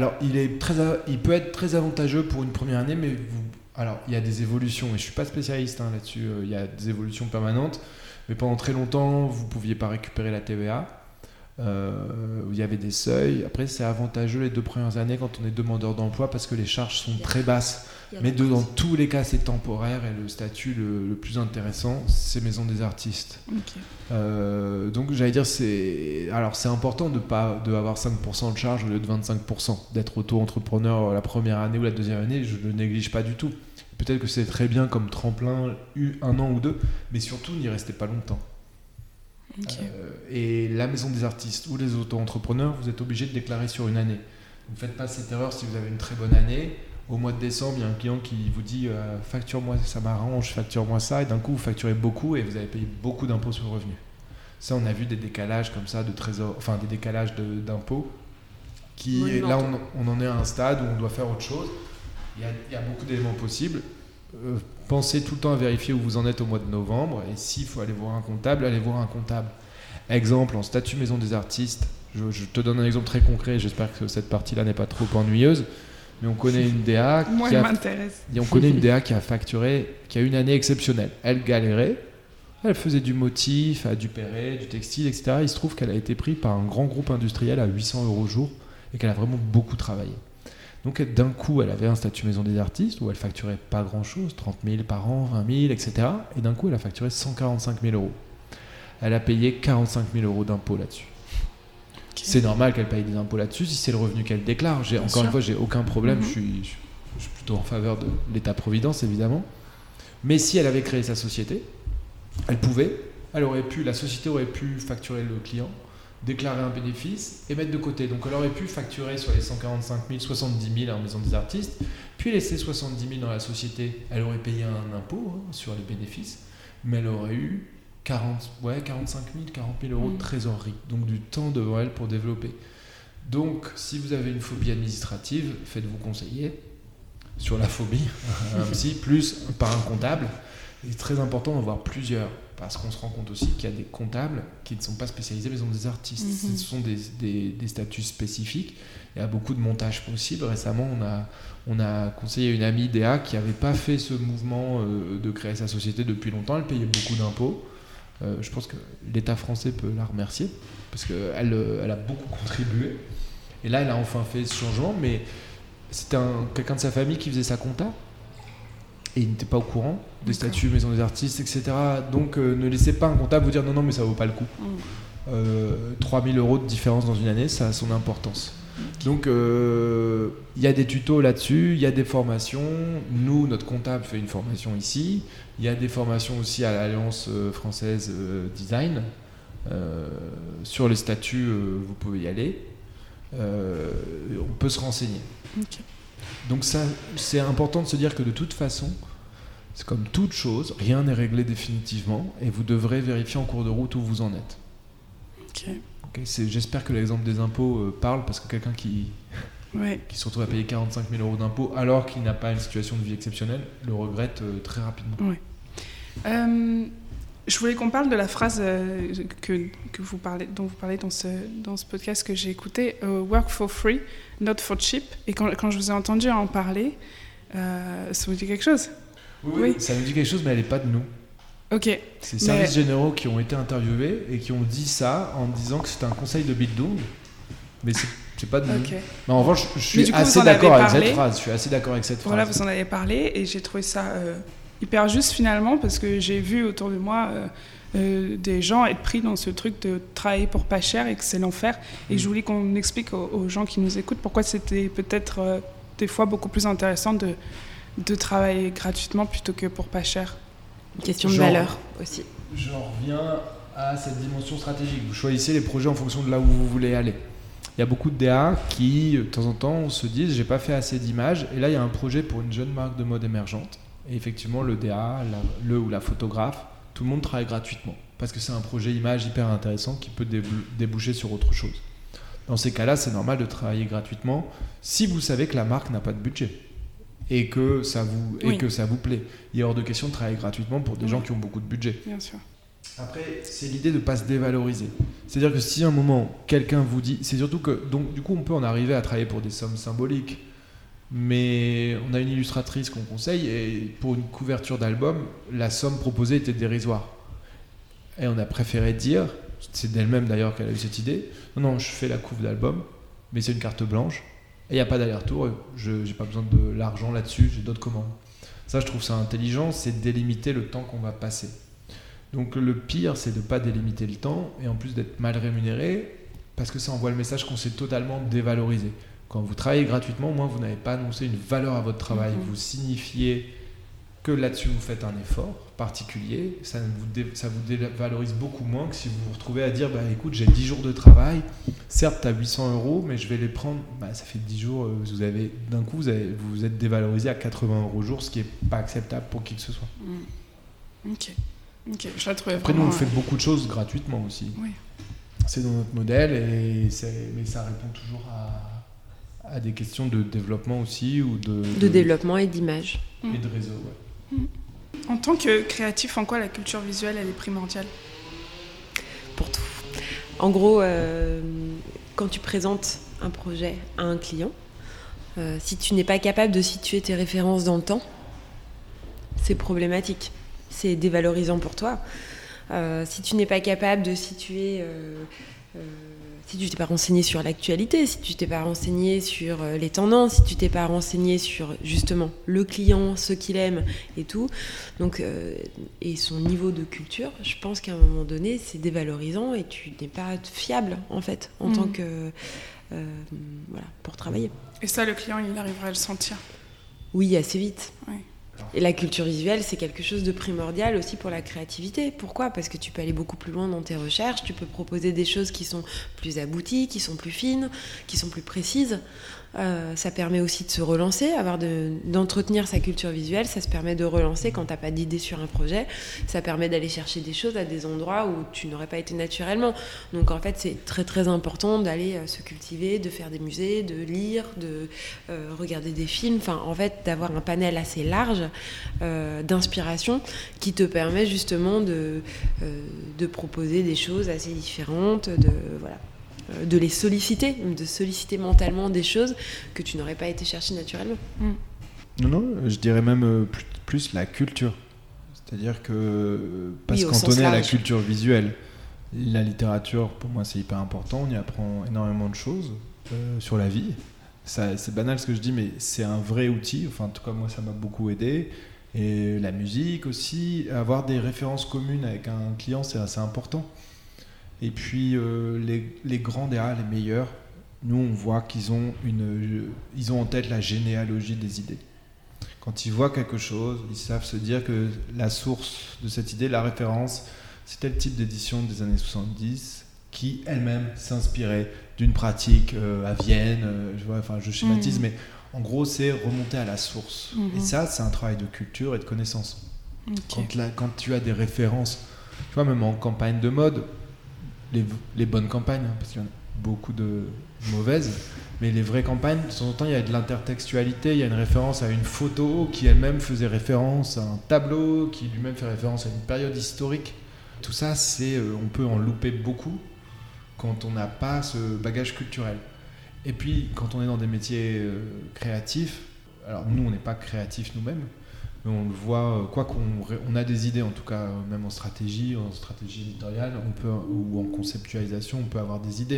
peut être très avantageux pour une première année, mais alors, il y a des évolutions, et je ne suis pas spécialiste là-dessus, il y a des évolutions permanentes, mais pendant très longtemps, vous ne pouviez pas récupérer la TVA, il y avait des seuils. Après, c'est avantageux les 2 premières années quand on est demandeur d'emploi parce que les charges sont très basses. Mais dans tous les cas, c'est temporaire, et le statut le plus intéressant, c'est Maison des artistes. Okay. Donc, j'allais dire, c'est important de avoir 5% de charge au lieu de 25%. D'être auto-entrepreneur la première année ou la deuxième année, je ne le néglige pas du tout. Peut-être que c'est très bien comme tremplin, 1 an ou 2, mais surtout, n'y restez pas longtemps. Okay. Et la Maison des artistes ou les auto-entrepreneurs, vous êtes obligés de déclarer sur une année. Ne faites pas cette erreur si vous avez une très bonne année. Au mois de décembre, il y a un client qui vous dit facture-moi, ça m'arrange, facture-moi ça, et d'un coup vous facturez beaucoup et vous avez payé beaucoup d'impôts sur le revenu. Ça, on a vu des décalages comme ça de trésor, enfin des décalages d'impôts là on en est à un stade où on doit faire autre chose. Il y a beaucoup d'éléments possibles. Pensez tout le temps à vérifier où vous en êtes au mois de novembre, et s'il faut aller voir un comptable, allez voir un comptable. Exemple, en statut maison des artistes, je te donne un exemple très concret, j'espère que cette partie-là n'est pas trop ennuyeuse. Mais on connaît une DA qui a facturé, qui a une année exceptionnelle. Elle galérait, elle faisait du motif, du perret, du textile, etc. Il se trouve qu'elle a été prise par un grand groupe industriel à 800 € jour et qu'elle a vraiment beaucoup travaillé. Donc d'un coup, elle avait un statut maison des artistes où elle facturait pas grand-chose, 30 000 par an, 20 000, etc. Et d'un coup, elle a facturé 145 000 €. Elle a payé 45 000 € d'impôts là-dessus. Okay. C'est normal qu'elle paye des impôts là-dessus si c'est le revenu qu'elle déclare. Encore une fois, j'ai aucun problème. Je suis plutôt en faveur de l'État-providence, évidemment. Mais si elle avait créé sa société, la société aurait pu facturer le client, déclarer un bénéfice et mettre de côté. Donc elle aurait pu facturer sur les 145 000, 70 000 en maison des artistes, puis laisser 70 000 dans la société. Elle aurait payé un impôt sur les bénéfices, mais elle aurait eu 45 000, 40 000 € de trésorerie, donc du temps devant elle pour développer. Donc, si vous avez une phobie administrative, faites-vous conseiller sur la phobie, un psy, plus par un comptable. c'est très important d'en voir plusieurs, parce qu'on se rend compte aussi qu'il y a des comptables qui ne sont pas spécialisés, mais sont des artistes. Ce sont des statuts spécifiques. Il y a beaucoup de montages possibles. Récemment, on a conseillé à une amie DA qui n'avait pas fait ce mouvement de créer sa société depuis longtemps. Elle payait beaucoup d'impôts. Je pense que l'État français peut la remercier, parce qu'elle a beaucoup contribué. Et là, elle a enfin fait ce changement, mais c'était quelqu'un de sa famille qui faisait sa compta. Et il n'était pas au courant des statuts, maison des artistes, etc. Donc ne laissez pas un comptable vous dire non, mais ça vaut pas le coup. 3 000 € de différence dans une année, ça a son importance. Donc il y a des tutos là-dessus, il y a des formations. Nous, notre comptable fait une formation ici. Il y a des formations aussi à l'Alliance française design. Sur les statuts, vous pouvez y aller. On peut se renseigner. Donc ça, c'est important de se dire que de toute façon, c'est comme toute chose, rien n'est réglé définitivement et vous devrez vérifier en cours de route où vous en êtes. J'espère que l'exemple des impôts parle, parce que quelqu'un qui se retrouve à payer 45 000 € d'impôts alors qu'il n'a pas une situation de vie exceptionnelle le regrette très rapidement. Je voulais qu'on parle de la phrase dont vous parlez dans ce podcast que j'ai écouté, work for free, not for cheap. Et quand je vous ai entendu en parler, ça vous dit quelque chose ? Oui, ça nous dit quelque chose, mais elle n'est pas de nous. Ok. C'est les services généraux qui ont été interviewés et qui ont dit ça en disant que c'était un conseil de Bildung, mais c'est pas de nous. Mais en revanche, je suis assez d'accord avec cette phrase. Voilà, vous en avez parlé et j'ai trouvé ça hyper juste finalement, parce que j'ai vu autour de moi des gens être pris dans ce truc de travailler pour pas cher et que c'est l'enfer. Et je voulais qu'on explique aux gens qui nous écoutent pourquoi c'était peut-être des fois beaucoup plus intéressant de travailler gratuitement plutôt que pour pas cher. Une question de valeur aussi. J'en reviens à cette dimension stratégique. Vous choisissez les projets en fonction de là où vous voulez aller. Il y a beaucoup de DA qui, de temps en temps, se disent « j'ai pas fait assez d'images ». Et là, il y a un projet pour une jeune marque de mode émergente. Et effectivement, le DA, le ou la photographe, tout le monde travaille gratuitement. Parce que c'est un projet image hyper intéressant qui peut déboucher sur autre chose. Dans ces cas-là, c'est normal de travailler gratuitement si vous savez que la marque n'a pas de budget. Et que ça vous plaît. Il est hors de question de travailler gratuitement pour des gens qui ont beaucoup de budget. Bien sûr. Après, c'est l'idée de ne pas se dévaloriser. C'est-à-dire que si à un moment, quelqu'un vous dit... C'est surtout que... Donc, du coup, on peut en arriver à travailler pour des sommes symboliques. Mais on a une illustratrice qu'on conseille et pour une couverture d'album, la somme proposée était dérisoire. Et on a préféré dire, c'est d'elle-même d'ailleurs qu'elle a eu cette idée, non, je fais la couve d'album, mais c'est une carte blanche. Et il n'y a pas d'aller-retour, je n'ai pas besoin de l'argent là-dessus, j'ai d'autres commandes. Ça, je trouve ça intelligent, c'est délimiter le temps qu'on va passer. Donc le pire, c'est de ne pas délimiter le temps, et en plus d'être mal rémunéré, parce que ça envoie le message qu'on s'est totalement dévalorisé. Quand vous travaillez gratuitement, au moins vous n'avez pas annoncé une valeur à votre travail, vous signifiez que là-dessus vous faites un effort particulier, ça vous dévalorise beaucoup moins que si vous vous retrouvez à dire écoute, j'ai 10 jours de travail, certes tu as 800 €, mais je vais les prendre, ça fait 10 jours, d'un coup vous êtes dévalorisé à 80 € au jour, ce qui n'est pas acceptable pour qui que ce soit. Ok, je la trouvais après vraiment... nous on fait beaucoup de choses gratuitement aussi. Oui. C'est dans notre modèle, mais ça répond toujours à des questions de développement aussi, ou de développement et d'image. Et de réseau, En tant que créatif, en quoi la culture visuelle, elle est primordiale ? Pour tout. En gros, quand tu présentes un projet à un client, si tu n'es pas capable de situer tes références dans le temps, c'est problématique. C'est dévalorisant pour toi. Si tu n'es pas capable de situer... si tu t'es pas renseigné sur l'actualité, si tu t'es pas renseigné sur les tendances, si tu t'es pas renseigné sur justement le client, ce qu'il aime et tout, donc et son niveau de culture, je pense qu'à un moment donné c'est dévalorisant et tu n'es pas fiable en fait en tant que pour travailler. Et ça, le client, il arrivera à le sentir. Oui, assez vite. Oui. Et la culture visuelle, c'est quelque chose de primordial aussi pour la créativité. Pourquoi ? Parce que tu peux aller beaucoup plus loin dans tes recherches, tu peux proposer des choses qui sont plus abouties, qui sont plus fines, qui sont plus précises. Ça permet aussi de se relancer, d'entretenir sa culture visuelle. Ça se permet de relancer quand t'as pas d'idée sur un projet. Ça permet d'aller chercher des choses à des endroits où tu n'aurais pas été naturellement. Donc en fait, c'est très très important d'aller se cultiver, de faire des musées, de lire, de regarder des films. Enfin, en fait, d'avoir un panel assez large d'inspiration qui te permet justement de proposer des choses assez différentes, de les solliciter mentalement des choses que tu n'aurais pas été chercher naturellement. Non, je dirais même plus la culture. C'est-à-dire que, parce qu'on connaît la culture visuelle, la littérature, pour moi, c'est hyper important. On y apprend énormément de choses sur la vie. C'est banal ce que je dis, mais c'est un vrai outil. Enfin, en tout cas, moi, ça m'a beaucoup aidé. Et la musique aussi. Avoir des références communes avec un client, c'est assez important. Et puis les grands DA, les meilleurs, nous on voit qu'ils ont en tête la généalogie des idées. Quand ils voient quelque chose, ils savent se dire que la source de cette idée, la référence, c'est tel type d'édition des années 70 qui elle-même s'inspirait d'une pratique à Vienne. Je schématise, mais en gros c'est remonter à la source. Et ça, c'est un travail de culture et de connaissance. Quand tu as des références, tu vois, même en campagne de mode, les bonnes campagnes, parce qu'il y en a beaucoup de mauvaises, mais les vraies campagnes, de temps en temps, il y a de l'intertextualité, il y a une référence à une photo qui elle-même faisait référence à un tableau, qui lui-même fait référence à une période historique. Tout ça, on peut en louper beaucoup quand on n'a pas ce bagage culturel. Et puis, quand on est dans des métiers créatifs, alors nous, on n'est pas créatifs nous-mêmes, mais on le voit, on a des idées, en tout cas, même en stratégie éditoriale, ou en conceptualisation, on peut avoir des idées.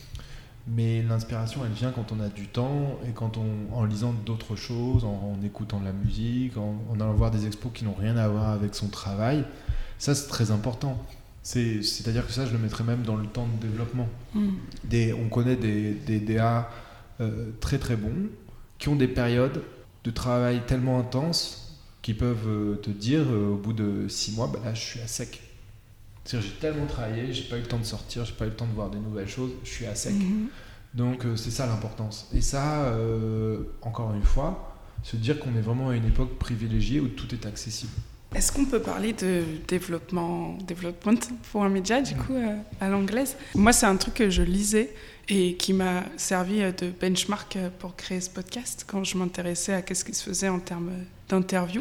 Mais l'inspiration, elle vient quand on a du temps et en lisant d'autres choses, en écoutant de la musique, en allant voir des expos qui n'ont rien à voir avec son travail. Ça, c'est très important. C'est-à-dire que ça, je le mettrais même dans le temps de développement. On connaît des DA très très bons qui ont des périodes de travail tellement intenses qui peuvent te dire au bout de 6 mois, là je suis à sec. C'est-à-dire j'ai tellement travaillé, j'ai pas eu le temps de sortir, j'ai pas eu le temps de voir des nouvelles choses, je suis à sec. Donc c'est ça l'importance. Et ça, encore une fois, se dire qu'on est vraiment à une époque privilégiée où tout est accessible. Est-ce qu'on peut parler de development pour un média, du coup, à l'anglaise ? Moi, c'est un truc que je lisais et qui m'a servi de benchmark pour créer ce podcast quand je m'intéressais à ce qui se faisait en termes d'interview.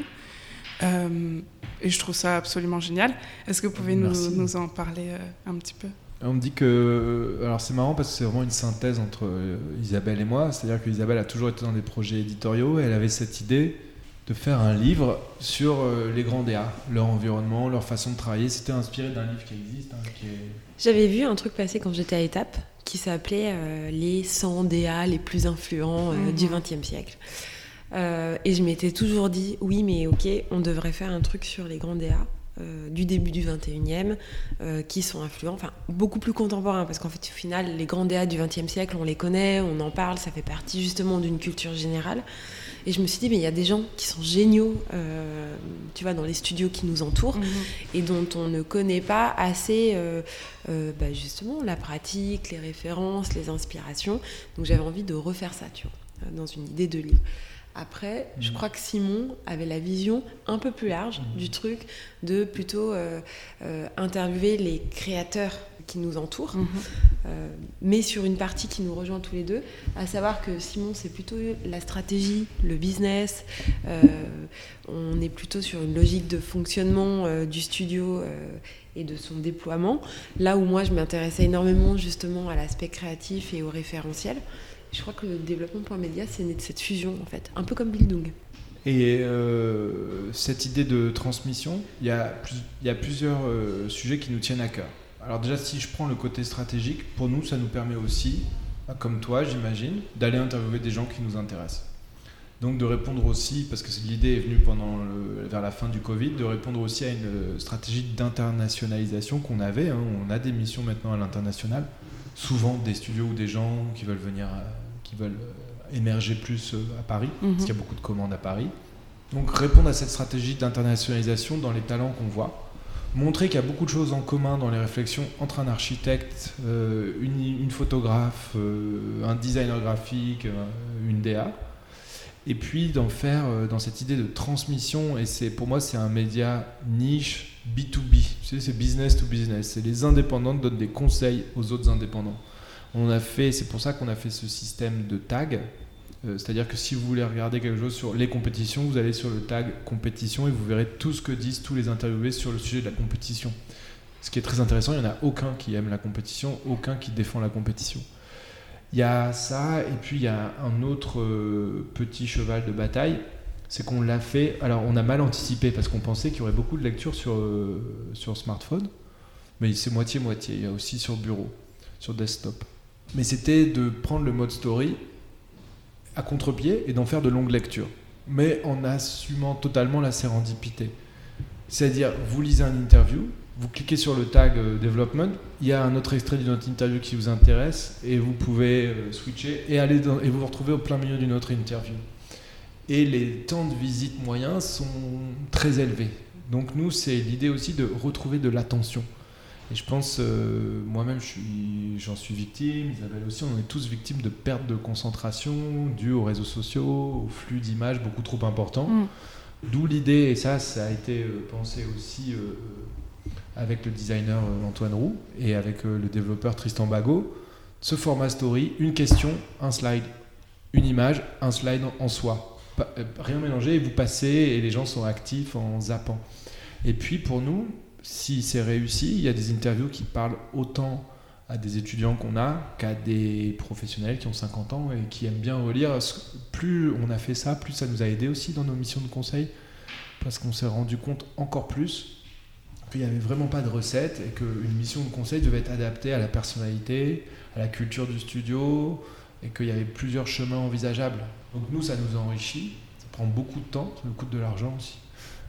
Et je trouve ça absolument génial. Est-ce que vous pouvez nous en parler un petit peu ? On me dit que... Alors c'est marrant parce que c'est vraiment une synthèse entre Isabelle et moi. C'est-à-dire qu'Isabelle a toujours été dans des projets éditoriaux et elle avait cette idée de faire un livre sur les grands DA, leur environnement, leur façon de travailler. C'était inspiré d'un livre qui existe. J'avais vu un truc passer quand j'étais à Étape qui s'appelait les 100 DA les plus influents du XXe siècle. Et je m'étais toujours dit, oui, mais ok, on devrait faire un truc sur les grands DA du début du 21e qui sont influents, enfin beaucoup plus contemporains, parce qu'en fait, au final, les grands DA du XXe siècle, on les connaît, on en parle, ça fait partie justement d'une culture générale. Et je me suis dit, mais il y a des gens qui sont géniaux, tu vois, dans les studios qui nous entourent, et dont on ne connaît pas assez, justement, la pratique, les références, les inspirations. Donc j'avais envie de refaire ça, tu vois, dans une idée de livre. Après, je crois que Simon avait la vision un peu plus large du truc, de plutôt interviewer les créateurs qui nous entourent, mais sur une partie qui nous rejoint tous les deux, à savoir que Simon, c'est plutôt la stratégie, le business, on est plutôt sur une logique de fonctionnement du studio et de son déploiement, là où moi je m'intéressais énormément justement à l'aspect créatif et au référentiel. Je crois que le développement.media, c'est né de cette fusion, en fait, un peu comme Bildung. Et cette idée de transmission, il y a plusieurs sujets qui nous tiennent à cœur. Alors déjà, si je prends le côté stratégique, pour nous, ça nous permet aussi, comme toi, j'imagine, d'aller interviewer des gens qui nous intéressent. Donc de répondre aussi, parce que l'idée est venue vers la fin du Covid, de répondre aussi à une stratégie d'internationalisation qu'on avait. On a des missions maintenant à l'international, souvent des studios ou des gens qui veulent venir, qui veulent émerger plus à Paris, parce qu'il y a beaucoup de commandes à Paris. Donc répondre à cette stratégie d'internationalisation dans les talents qu'on voit. montrer qu'il y a beaucoup de choses en commun dans les réflexions entre un architecte, une photographe, un designer graphique, une DA, et puis d'en faire dans cette idée de transmission. Et pour moi, c'est un média niche B2B, c'est business to business. C'est les indépendants qui donnent des conseils aux autres indépendants. C'est pour ça qu'on a fait ce système de tag. C'est-à-dire que si vous voulez regarder quelque chose sur les compétitions, vous allez sur le tag compétition et vous verrez tout ce que disent tous les interviewés sur le sujet de la compétition. Ce qui est très intéressant, il n'y en a aucun qui aime la compétition, aucun qui défend la compétition. Il y a ça, et puis il y a un autre petit cheval de bataille, c'est qu'on l'a fait, alors on a mal anticipé parce qu'on pensait qu'il y aurait beaucoup de lectures sur smartphone, mais c'est moitié-moitié, il y a aussi sur bureau, sur desktop. Mais c'était de prendre le mode story à contre-pied et d'en faire de longues lectures, mais en assumant totalement la sérendipité. C'est-à-dire, vous lisez une interview, vous cliquez sur le tag development, il y a un autre extrait d'une autre interview qui vous intéresse et vous pouvez switcher et vous vous retrouvez au plein milieu d'une autre interview. Et les temps de visite moyens sont très élevés. Donc nous, c'est l'idée aussi de retrouver de l'attention. Et je pense, moi-même, j'en suis victime, Isabelle aussi, on est tous victimes de perte de concentration due aux réseaux sociaux, au flux d'images beaucoup trop important. D'où l'idée, et ça a été pensé aussi avec le designer Antoine Roux et avec le développeur Tristan Bagot, ce format story, une question, un slide, une image, un slide en soi. Rien mélangé, et vous passez et les gens sont actifs en zappant. Et puis pour nous, si c'est réussi, il y a des interviews qui parlent autant à des étudiants qu'on a qu'à des professionnels qui ont 50 ans et qui aiment bien relire. Plus on a fait ça, plus ça nous a aidé aussi dans nos missions de conseil, parce qu'on s'est rendu compte encore plus qu'il n'y avait vraiment pas de recette et qu'une mission de conseil devait être adaptée à la personnalité, à la culture du studio, et qu'il y avait plusieurs chemins envisageables. Donc nous, ça nous enrichit, ça prend beaucoup de temps, ça nous coûte de l'argent aussi.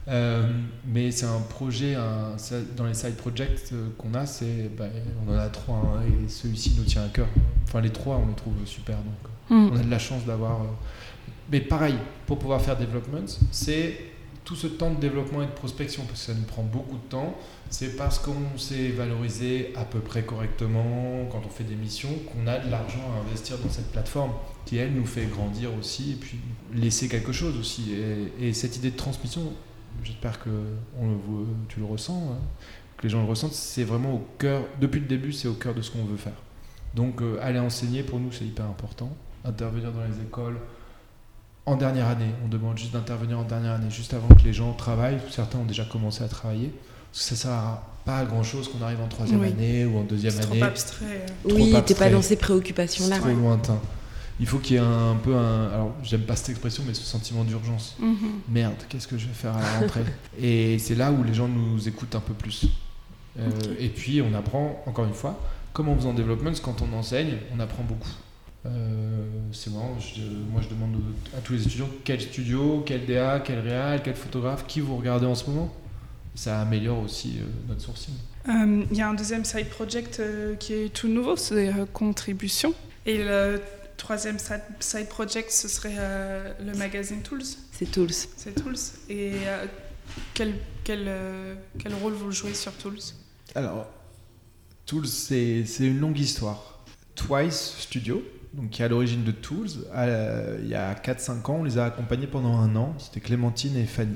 Mais c'est un projet, dans les side projects qu'on a, on en a 3 hein, et celui-ci nous tient à cœur. Enfin les 3 on les trouve super, donc on a de la chance d'avoir... Mais pareil, pour pouvoir faire development, c'est tout ce temps de développement et de prospection, parce que ça nous prend beaucoup de temps, c'est parce qu'on s'est valorisé à peu près correctement quand on fait des missions qu'on a de l'argent à investir dans cette plateforme qui elle nous fait grandir aussi et puis laisser quelque chose aussi. Et cette idée de transmission, j'espère que tu le ressens, hein, que les gens le ressentent, c'est vraiment au cœur, depuis le début, c'est au cœur de ce qu'on veut faire. Donc aller enseigner, pour nous, c'est hyper important. Intervenir dans les écoles en dernière année, on demande juste d'intervenir en dernière année, juste avant que les gens travaillent. Certains ont déjà commencé à travailler, parce que ça sert pas à grand chose qu'on arrive en 3e année ou en 2e année. C'est trop abstrait. Oui, t'es pas dans ces préoccupations-là. C'est trop lointain. Il faut qu'il y ait alors j'aime pas cette expression, mais ce sentiment d'urgence. Merde, qu'est-ce que je vais faire à la rentrée? Et c'est là où les gens nous écoutent un peu plus. Et puis on apprend, encore une fois, comme en faisant development, quand on enseigne, on apprend beaucoup. C'est marrant, moi je demande à tous les étudiants quel studio, quel DA, quel réal, quel photographe, qui vous regardez en ce moment. Ça améliore aussi notre sourcing. Il y a un deuxième side project qui est tout nouveau, c'est Contribution. Et le 3e side project, ce serait le magazine Tools. C'est Tools. Et quel rôle vous jouez sur Tools? Alors, Tools, c'est une longue histoire. Twice Studio, donc qui est à l'origine de Tools, il y a 4-5 ans, on les a accompagnés pendant 1 an. C'était Clémentine et Fanny.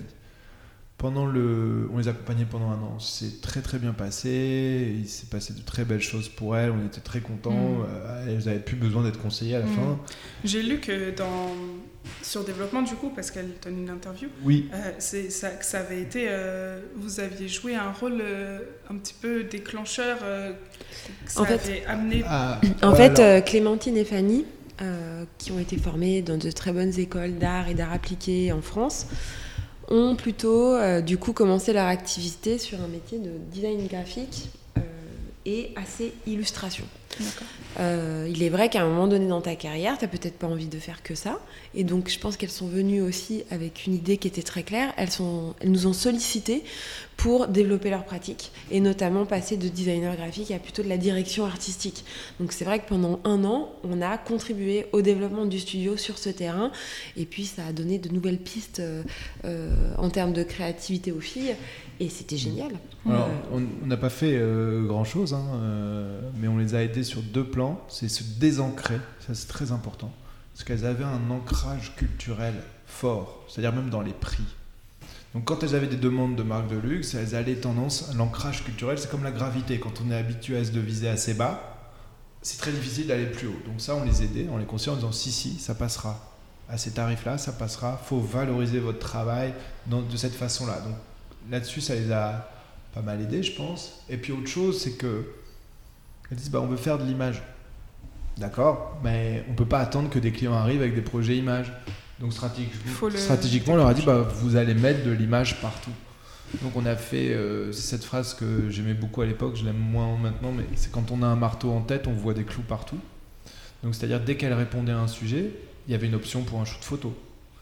On les accompagnait pendant 1 an. C'est très très bien passé. Il s'est passé de très belles choses pour elles. On était très contents. Elles n'avaient plus besoin d'être conseillées à la fin. J'ai lu que sur développement du coup, parce qu'elle donne une interview. Oui. Ça avait été. Vous aviez joué un rôle un petit peu déclencheur. Ça avait amené. En fait, Clémentine et Fanny, qui ont été formées dans de très bonnes écoles d'art et d'art appliqué en France, ont plutôt du coup commencé leur activité sur un métier de design graphique et assez illustration. Il est vrai qu'à un moment donné dans ta carrière, tu n'as peut-être pas envie de faire que ça. Et donc je pense qu'elles sont venues aussi avec une idée qui était très claire. Elles nous ont sollicité pour développer leur pratique et notamment passer de designer graphique à plutôt de la direction artistique. Donc c'est vrai que pendant 1 an, on a contribué au développement du studio sur ce terrain et puis ça a donné de nouvelles pistes en termes de créativité aux filles et c'était génial. Alors, on n'a pas fait grand-chose, mais on les a aidés sur 2 plans. C'est se désancrer, ça c'est très important, parce qu'elles avaient un ancrage culturel fort, c'est-à-dire même dans les prix. Donc quand elles avaient des demandes de marques de luxe, elles allaient tendance à l'ancrage culturel, c'est comme la gravité, quand on est habitué à se viser assez bas, c'est très difficile d'aller plus haut. Donc ça, on les aidait, on les conseillait en disant si, ça passera. À ces tarifs-là, ça passera, il faut valoriser votre travail de cette façon-là. Donc là-dessus, ça les a pas mal aidés, je pense. Et puis autre chose, c'est qu'elles disent on veut faire de l'image. D'accord, mais on ne peut pas attendre que des clients arrivent avec des projets images. Donc stratégiquement, on leur a dit vous allez mettre de l'image partout. Donc on a fait c'est cette phrase que j'aimais beaucoup à l'époque, je l'aime moins maintenant, mais c'est quand on a un marteau en tête, on voit des clous partout. Donc c'est-à-dire dès qu'elle répondait à un sujet, il y avait une option pour un shoot photo.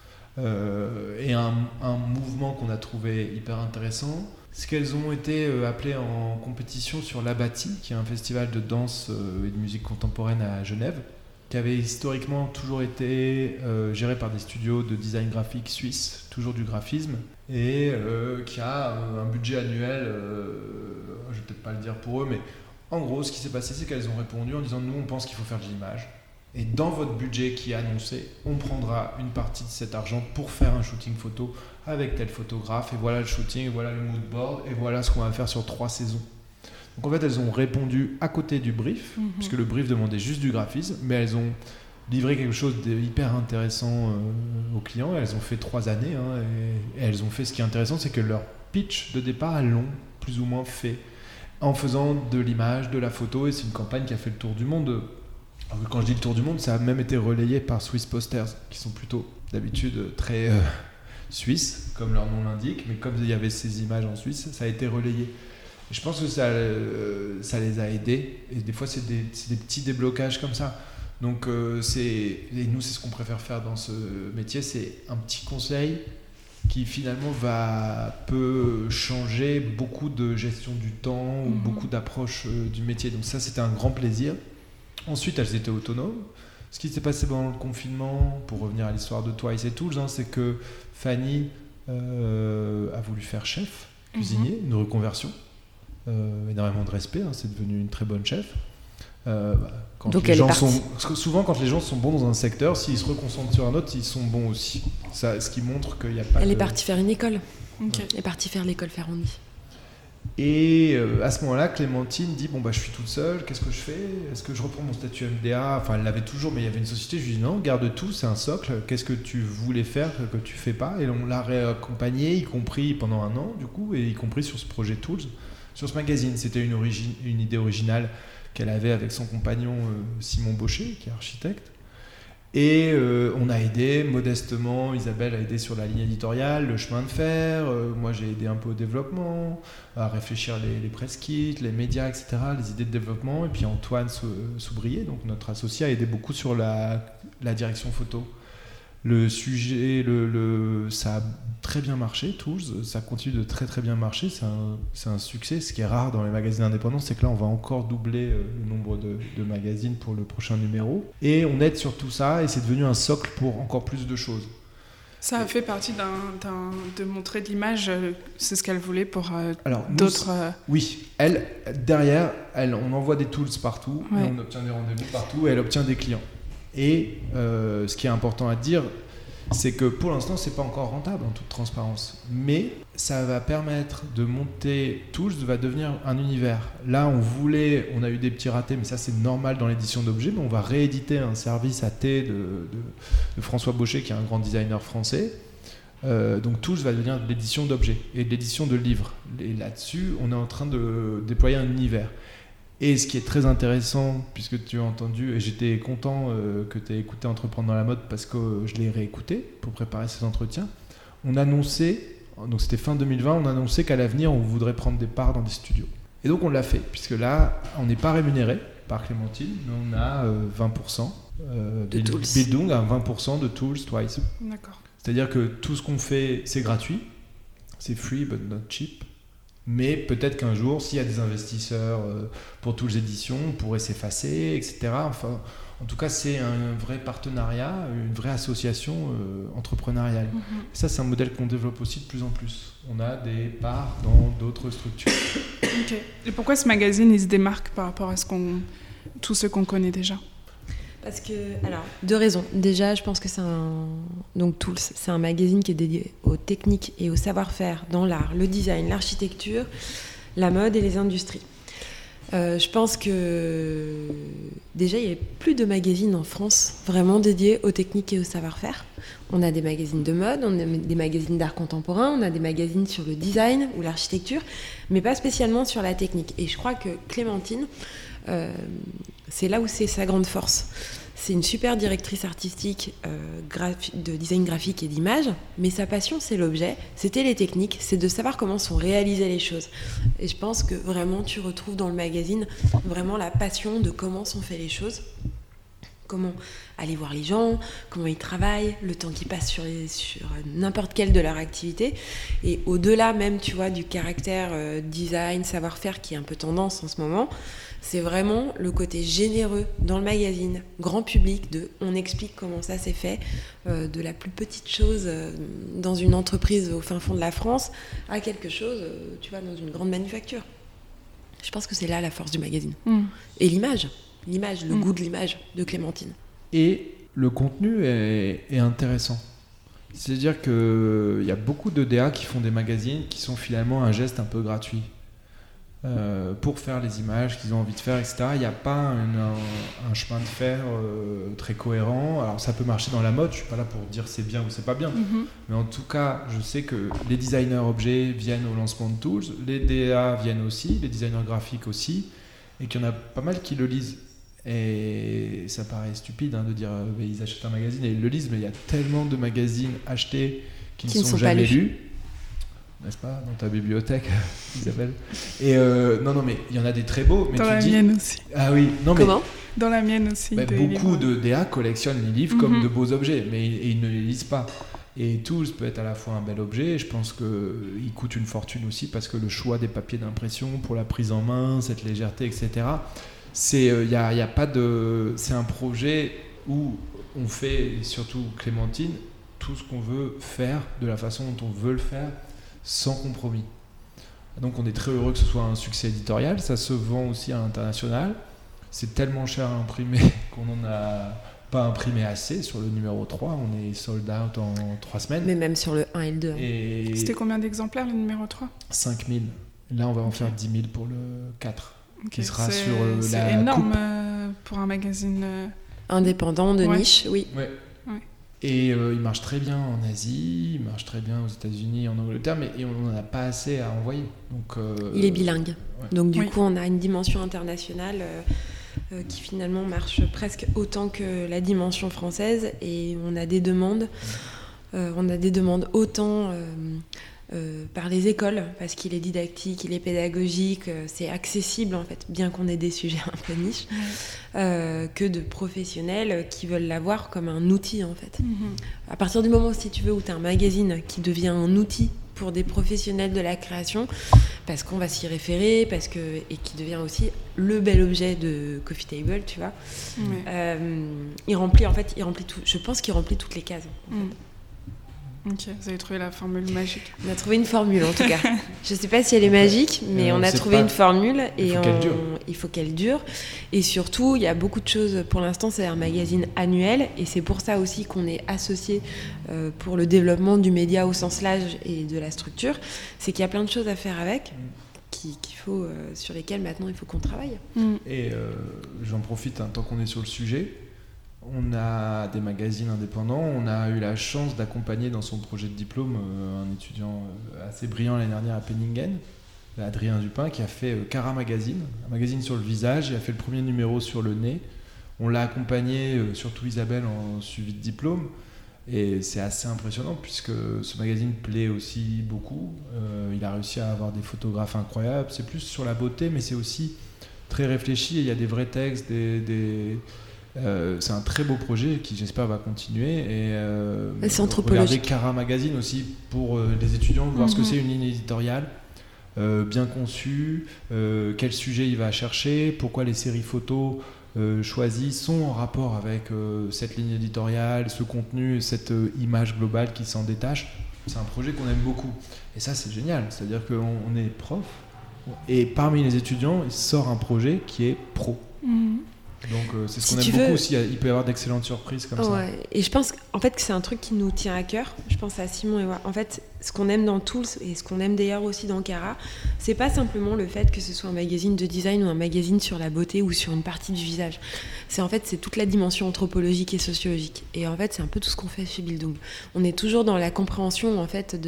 Et un mouvement qu'on a trouvé hyper intéressant, c'est qu'elles ont été appelées en compétition sur l'Abati, qui est un festival de danse et de musique contemporaine à Genève, qui avait historiquement toujours été géré par des studios de design graphique suisses, toujours du graphisme, et qui a un budget annuel, je vais peut-être pas le dire pour eux, mais en gros, ce qui s'est passé, c'est qu'elles ont répondu en disant « Nous, on pense qu'il faut faire de l'image, et dans votre budget qui est annoncé, on prendra une partie de cet argent pour faire un shooting photo avec tel photographe, et voilà le shooting, et voilà le mood board, et voilà ce qu'on va faire sur 3 saisons. » Donc en fait, elles ont répondu à côté du brief, puisque le brief demandait juste du graphisme, mais elles ont livré quelque chose d'hyper intéressant aux clients. Elles ont fait 3 années, et elles ont fait ce qui est intéressant, c'est que leur pitch de départ, elles l'ont plus ou moins fait en faisant de l'image, de la photo, et c'est une campagne qui a fait le tour du monde. Alors, quand je dis le tour du monde, ça a même été relayé par Swiss Posters, qui sont plutôt d'habitude très suisses, comme leur nom l'indique, mais comme il y avait ces images en Suisse, ça a été relayé. Et je pense que ça les a aidés, et des fois c'est des petits déblocages comme ça. Donc nous c'est ce qu'on préfère faire dans ce métier, c'est un petit conseil qui finalement peut changer beaucoup de gestion du temps ou beaucoup d'approches du métier. Donc ça, c'était un grand plaisir. Ensuite, elles étaient autonomes. Ce qui s'est passé pendant le confinement, pour revenir à l'histoire de Twice et Tools, c'est que Fanny a voulu faire chef, cuisinier, une reconversion. Énormément de respect, c'est devenu une très bonne chef. Donc elle est partie. Souvent, quand les gens sont bons dans un secteur, s'ils se reconcentrent sur un autre, ils sont bons aussi. Ça, ce qui montre qu'il n'y a pas. Elle est partie faire une école. Okay. Elle est partie faire l'école Ferrandi. Et à ce moment-là, Clémentine dit je suis toute seule, qu'est-ce que je fais ? Est-ce que je reprends mon statut MDA ? Enfin, elle l'avait toujours, mais il y avait une société. Je lui dis non, garde tout, c'est un socle. Qu'est-ce que tu voulais faire que tu fais pas ? Et on l'a réaccompagnée, y compris pendant 1 an, du coup, et y compris sur ce projet Tools, sur ce magazine. C'était une idée originale qu'elle avait avec son compagnon Simon Baucher, qui est architecte. Et on a aidé modestement, Isabelle a aidé sur la ligne éditoriale, le chemin de fer, moi j'ai aidé un peu au développement, à réfléchir les press kits, les médias, etc., les idées de développement. Et puis Antoine Soubrier, donc notre associé, a aidé beaucoup sur la direction photo. Le sujet, ça a très bien marché, Tools, ça continue de très très bien marcher, c'est un succès. Ce qui est rare dans les magazines indépendants, c'est que là on va encore doubler le nombre de magazines pour le prochain numéro. Et on aide sur tout ça, et c'est devenu un socle pour encore plus de choses. Ça a fait partie de montrer de l'image, c'est ce qu'elle voulait pour d'autres... Oui, derrière, on envoie des tools partout, et on obtient des rendez-vous partout, et elle obtient des clients. Et ce qui est important à dire, c'est que pour l'instant, c'est pas encore rentable en toute transparence. Mais ça va permettre de monter, Tools va devenir un univers. Là, on a eu des petits ratés, mais ça c'est normal dans l'édition d'objets, mais on va rééditer un service AT de François Baucher, qui est un grand designer français. Donc Tools va devenir de l'édition d'objets et de l'édition de livres. Et là-dessus, on est en train de déployer un univers. Et ce qui est très intéressant, puisque tu as entendu, et j'étais content que tu aies écouté Entreprendre dans la mode, parce que je l'ai réécouté pour préparer ces entretiens, on annonçait, donc c'était fin 2020, on annonçait qu'à l'avenir, on voudrait prendre des parts dans des studios. Et donc on l'a fait, puisque là, on n'est pas rémunéré par Clémentine, mais on a 20% de Tools. Bildung a 20% de Tools Twice. D'accord. C'est-à-dire que tout ce qu'on fait, c'est gratuit, c'est free but not cheap. Mais peut-être qu'un jour, s'il y a des investisseurs pour Tools Éditions, on pourrait s'effacer, etc. Enfin, en tout cas, c'est un vrai partenariat, une vraie association entrepreneuriale. Ça, c'est un modèle qu'on développe aussi de plus en plus. On a des parts dans d'autres structures. Ok. Et pourquoi ce magazine, il se démarque par rapport à tout ce qu'on connaît déjà ? Parce que, alors, 2 raisons. Déjà, je pense que donc Tools, c'est un magazine qui est dédié aux techniques et au savoir-faire dans l'art, le design, l'architecture, la mode et les industries. Je pense que déjà, il n'y a plus de magazines en France vraiment dédiés aux techniques et au savoir-faire. On a des magazines de mode, on a des magazines d'art contemporain, on a des magazines sur le design ou l'architecture, mais pas spécialement sur la technique. Et je crois que Clémentine, c'est là où c'est sa grande force. C'est une super directrice artistique de design graphique et d'image, mais sa passion, c'est l'objet, c'était les techniques, c'est de savoir comment sont réalisées les choses. Et je pense que vraiment, tu retrouves dans le magazine vraiment la passion de comment sont faites les choses, comment aller voir les gens, comment ils travaillent, le temps qu'ils passent sur n'importe quelle de leur activité. Et au-delà même, tu vois, du caractère design, savoir-faire qui est un peu tendance en ce moment, c'est vraiment le côté généreux dans le magazine, grand public, on explique comment ça s'est fait, de la plus petite chose dans une entreprise au fin fond de la France à quelque chose, tu vois, dans une grande manufacture. Je pense que c'est là la force du magazine. Et l'image, le goût de l'image de Clémentine. Et le contenu est intéressant. C'est-à-dire qu'il y a beaucoup de DA qui font des magazines qui sont finalement un geste un peu gratuit. Pour faire les images qu'ils ont envie de faire, etc. Il n'y a pas un chemin de fer très cohérent. Alors ça peut marcher dans la mode, je ne suis pas là pour dire c'est bien ou c'est pas bien, mais en tout cas je sais que les designers objets viennent au lancement de Tools, les DA viennent aussi, les designers graphiques aussi, et qu'il y en a pas mal qui le lisent. Et ça paraît stupide de dire ils achètent un magazine et ils le lisent, mais il y a tellement de magazines achetés qui ne sont jamais lus. N'est-ce pas, dans ta bibliothèque, Isabelle. Et non, mais il y en a des très beaux. Mais dans la mienne aussi. Ah oui, non mais. Comment ? Dans la mienne aussi. Beaucoup de DA collectionnent les livres comme de beaux objets, mais ils ne les lisent pas. Et Tools peut être à la fois un bel objet, et je pense qu'il coûte une fortune aussi parce que le choix des papiers d'impression pour la prise en main, cette légèreté, etc. C'est un projet où on fait, surtout Clémentine, tout ce qu'on veut faire de la façon dont on veut le faire, sans compromis. Donc on est très heureux que ce soit un succès éditorial, ça se vend aussi à l'international. C'est tellement cher à imprimer qu'on n'en a pas imprimé assez. Sur le numéro 3, on est sold out en 3 semaines. Mais même sur le 1 et le 2. Et c'était combien d'exemplaires le numéro 3 ? 5000. Là on va en faire 10 000 pour le 4, qui sera sur la C'est énorme pour un magazine indépendant de niche, oui. Ouais. Et il marche très bien en Asie, il marche très bien aux États-Unis, en Angleterre, mais on n'en a pas assez à envoyer. Donc, il est bilingue. Ouais. Donc du coup, on a une dimension internationale qui finalement marche presque autant que la dimension française. Et on a des demandes. Autant par les écoles, parce qu'il est didactique, il est pédagogique, c'est accessible en fait, bien qu'on ait des sujets un peu niche, que de professionnels qui veulent l'avoir comme un outil en fait. À partir du moment, si tu veux, où tu as un magazine qui devient un outil pour des professionnels de la création, parce qu'on va s'y référer, et qui devient aussi le bel objet de Coffee Table, tu vois. Il remplit tout. Je pense qu'il remplit toutes les cases. En fait. Ok, vous avez trouvé la formule magique. On a trouvé une formule en tout cas. Je ne sais pas si elle est magique, mais on a trouvé une formule et il faut qu'elle dure. Et surtout, il y a beaucoup de choses. Pour l'instant, c'est un magazine annuel et c'est pour ça aussi qu'on est associé pour le développement du média au sens large et de la structure. C'est qu'il y a plein de choses à faire avec. Sur lesquelles maintenant il faut qu'on travaille. Et j'en profite tant qu'on est sur le sujet. On a des magazines indépendants. On a eu la chance d'accompagner dans son projet de diplôme un étudiant assez brillant l'année dernière à Penningen, Adrien Dupin, qui a fait Cara Magazine, un magazine sur le visage. Il a fait le premier numéro sur le nez. On l'a accompagné, surtout Isabelle, en suivi de diplôme. Et c'est assez impressionnant puisque ce magazine plaît aussi beaucoup. Il a réussi à avoir des photographes incroyables. C'est plus sur la beauté, mais c'est aussi très réfléchi. Il y a des vrais textes, c'est un très beau projet qui, j'espère, va continuer. Et c'est anthropologique. Regardez Cara Magazine aussi pour les étudiants, voir ce que c'est une ligne éditoriale. bien conçu, quel sujet il va chercher, pourquoi les séries photos choisies sont en rapport avec cette ligne éditoriale, ce contenu, cette image globale qui s'en détache. C'est un projet qu'on aime beaucoup. Et ça, c'est génial. C'est-à-dire qu'on est prof, et parmi les étudiants, il sort un projet qui est pro. Donc c'est ce qu'on aime beaucoup aussi. Il peut y avoir d'excellentes surprises comme ça. Et je pense en fait que c'est un truc qui nous tient à cœur. Je pense à Simon et moi. En fait, ce qu'on aime dans Tools et ce qu'on aime d'ailleurs aussi dans Cara, c'est pas simplement le fait que ce soit un magazine de design ou un magazine sur la beauté ou sur une partie du visage. C'est toute la dimension anthropologique et sociologique. Et en fait, c'est un peu tout ce qu'on fait chez Bildung. On est toujours dans la compréhension en fait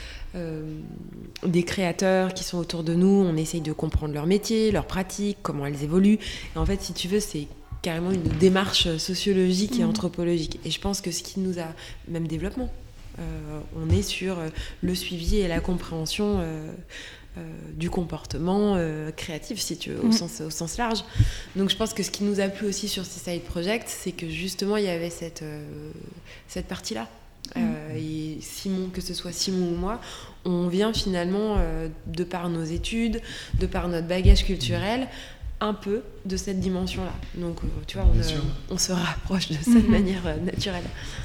des créateurs qui sont autour de nous. On essaye de comprendre leur métier, leurs pratiques, comment elles évoluent. Et en fait, si tu veux, c'est carrément une démarche sociologique et anthropologique. Et je pense que ce qui nous a... Même développement. On est sur le suivi et la compréhension du comportement créatif, si tu veux, au sens large. Donc je pense que ce qui nous a plu aussi sur ces side projects, c'est que justement, il y avait cette partie-là. Et Simon, que ce soit Simon ou moi, on vient finalement, de par nos études, de par notre bagage culturel, un peu de cette dimension-là. Donc, tu vois, on se rapproche de cette manière naturelle.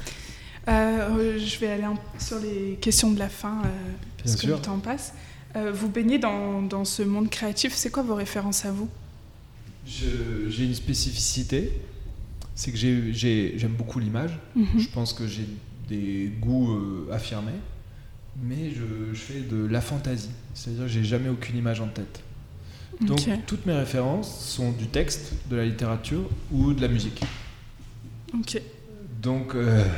Je vais aller sur les questions de la fin, parce que le temps passe. Vous baignez dans ce monde créatif. C'est quoi vos références à vous ? J'ai une spécificité, c'est que j'aime beaucoup l'image. Je pense que j'ai des goûts affirmés, mais je fais de la fantaisie, c'est-à-dire que j'ai jamais aucune image en tête. Donc toutes mes références sont du texte, de la littérature ou de la musique. Donc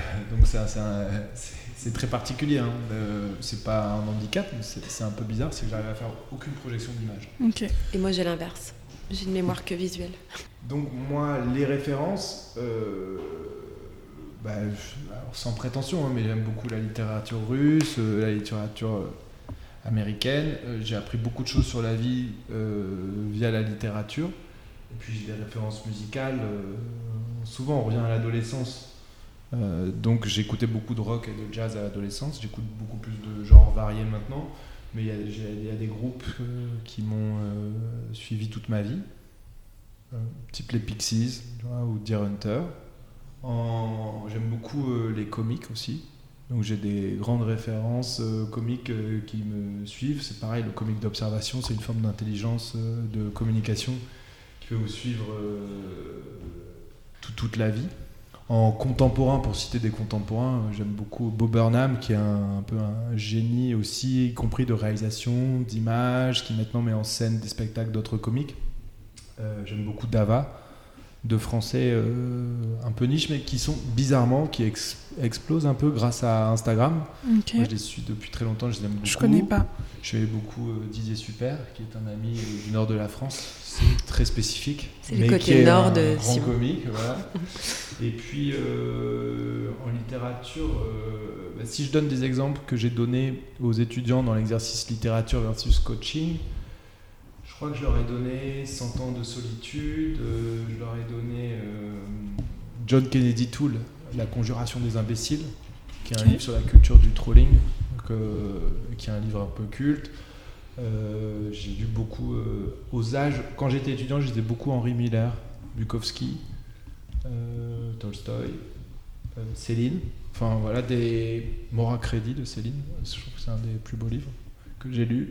c'est très particulier, hein. C'est pas un handicap, mais c'est un peu bizarre, c'est que j'arrive à faire aucune projection d'image. Et moi j'ai l'inverse, j'ai une mémoire que visuelle. Donc moi les références, alors sans prétention, hein, mais j'aime beaucoup la littérature russe, la littérature américaine. J'ai appris beaucoup de choses sur la vie via la littérature. Et puis j'ai des références musicales. Souvent on revient à l'adolescence. Donc j'écoutais beaucoup de rock et de jazz à l'adolescence. J'écoute beaucoup plus de genres variés maintenant. Mais il y a des groupes qui m'ont suivi toute ma vie. Type les Pixies, tu vois, ou Deer Hunter. J'aime beaucoup les comiques aussi. Donc j'ai des grandes références comiques qui me suivent. C'est pareil, le comique d'observation, c'est une forme d'intelligence de communication qui peut vous suivre toute la vie. En contemporain, pour citer des contemporains, j'aime beaucoup Bo Burnham, qui est un peu un génie aussi, y compris de réalisation, d'images, qui maintenant met en scène des spectacles d'autres comiques. J'aime beaucoup Dava, de français un peu niche, mais qui sont bizarrement, qui explosent un peu grâce à Instagram. Moi, je les suis depuis très longtemps, je les aime beaucoup. Je connais pas. Je fais beaucoup Didier Super, qui est un ami du nord de la France. C'est très spécifique. C'est le côté nord de grand Simon. Comique, voilà. Et puis en littérature, si je donne des exemples que j'ai donnés aux étudiants dans l'exercice littérature versus coaching, je crois que je leur ai donné 100 ans de solitude, je leur ai donné John Kennedy Toole, La conjuration des imbéciles, qui est un livre sur la culture du trolling, qui est un livre un peu culte. J'ai lu beaucoup aux âges. Quand j'étais étudiant, je lisais beaucoup Henri Miller, Bukowski, Tolstoï, Céline. Enfin voilà, des Mora Crédit de Céline. Je trouve que c'est un des plus beaux livres que j'ai lus.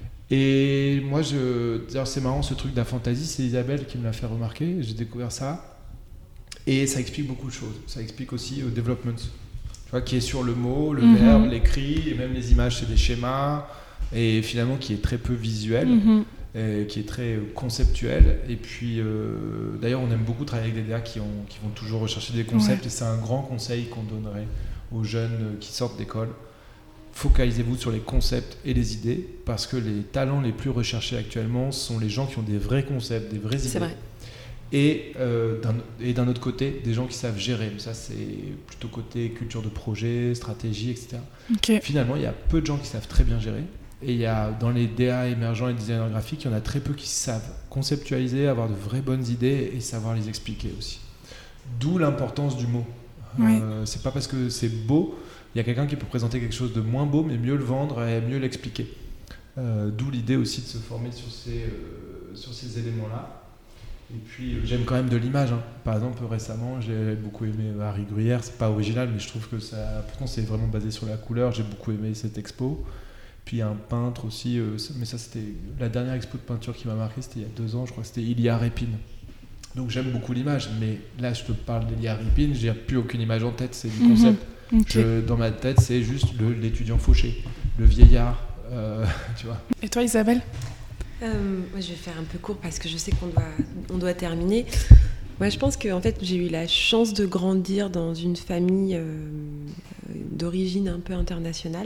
Et moi, d'ailleurs, c'est marrant ce truc de la fantaisie, c'est Isabelle qui me l'a fait remarquer. J'ai découvert ça. Et ça explique beaucoup de choses. Ça explique aussi development. Tu vois, qui est sur le mot, le verbe, l'écrit, et même les images, c'est des schémas. Et finalement, qui est très peu visuel, qui est très conceptuel. Et puis, d'ailleurs, on aime beaucoup travailler avec des DA qui vont toujours rechercher des concepts. Et c'est un grand conseil qu'on donnerait aux jeunes qui sortent d'école. Focalisez-vous sur les concepts et les idées, parce que les talents les plus recherchés actuellement sont les gens qui ont des vrais concepts, des vraies idées. C'est vrai. Et d'un autre côté, des gens qui savent gérer. Mais ça, c'est plutôt côté culture de projet, stratégie, etc. Finalement, il y a peu de gens qui savent très bien gérer. Et il y a, dans les DA émergents et designers graphiques, il y en a très peu qui savent conceptualiser, avoir de vraies bonnes idées et savoir les expliquer aussi. D'où l'importance du mot. C'est pas parce que c'est beau, il y a quelqu'un qui peut présenter quelque chose de moins beau, mais mieux le vendre et mieux l'expliquer. D'où l'idée aussi de se former sur ces éléments-là. Et puis j'aime quand même de l'image. Par exemple, récemment, j'ai beaucoup aimé Harry Gruyère. C'est pas original, mais je trouve que pourtant c'est vraiment basé sur la couleur. J'ai beaucoup aimé cette expo. Puis il y a un peintre aussi, mais ça c'était la dernière expo de peinture qui m'a marqué, c'était il y a 2 ans, je crois que c'était Ilya Repin. Donc j'aime beaucoup l'image, mais là je te parle d'Ilya Repin, j'ai plus aucune image en tête, c'est du concept. Okay. Dans ma tête, c'est juste l'étudiant fauché, le vieillard, tu vois. Et toi, Isabelle ? Moi, je vais faire un peu court parce que je sais qu'on doit terminer. Moi, je pense que en fait, j'ai eu la chance de grandir dans une famille d'origine un peu internationale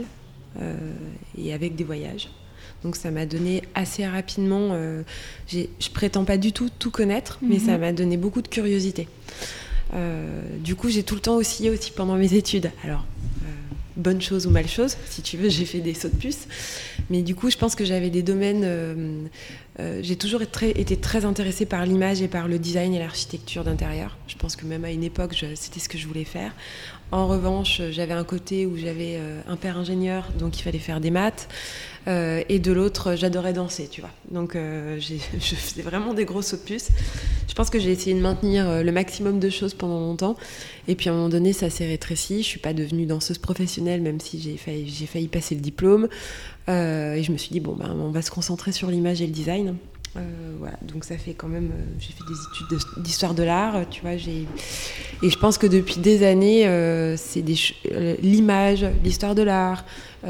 et avec des voyages. Donc ça m'a donné assez rapidement, je prétends pas du tout connaître, mais ça m'a donné beaucoup de curiosité. Du coup, j'ai tout le temps oscillé aussi pendant mes études. Alors, bonne chose ou mal chose, si tu veux, j'ai fait des sauts de puce. Mais du coup, je pense que j'avais des domaines... j'ai toujours été très intéressée par l'image et par le design et l'architecture d'intérieur. Je pense que même à une époque, c'était ce que je voulais faire. En revanche, j'avais un côté où j'avais un père ingénieur, donc il fallait faire des maths. Et de l'autre, j'adorais danser, tu vois. Donc, je faisais vraiment des gros sauts de puce. Je pense que j'ai essayé de maintenir le maximum de choses pendant longtemps. Et puis, à un moment donné, ça s'est rétréci. Je ne suis pas devenue danseuse professionnelle, même si j'ai failli passer le diplôme. Et je me suis dit, on va se concentrer sur l'image et le design. Voilà, donc ça fait quand même... j'ai fait des études d'histoire de l'art, tu vois. Et je pense que depuis des années, c'est l'image, l'histoire de l'art,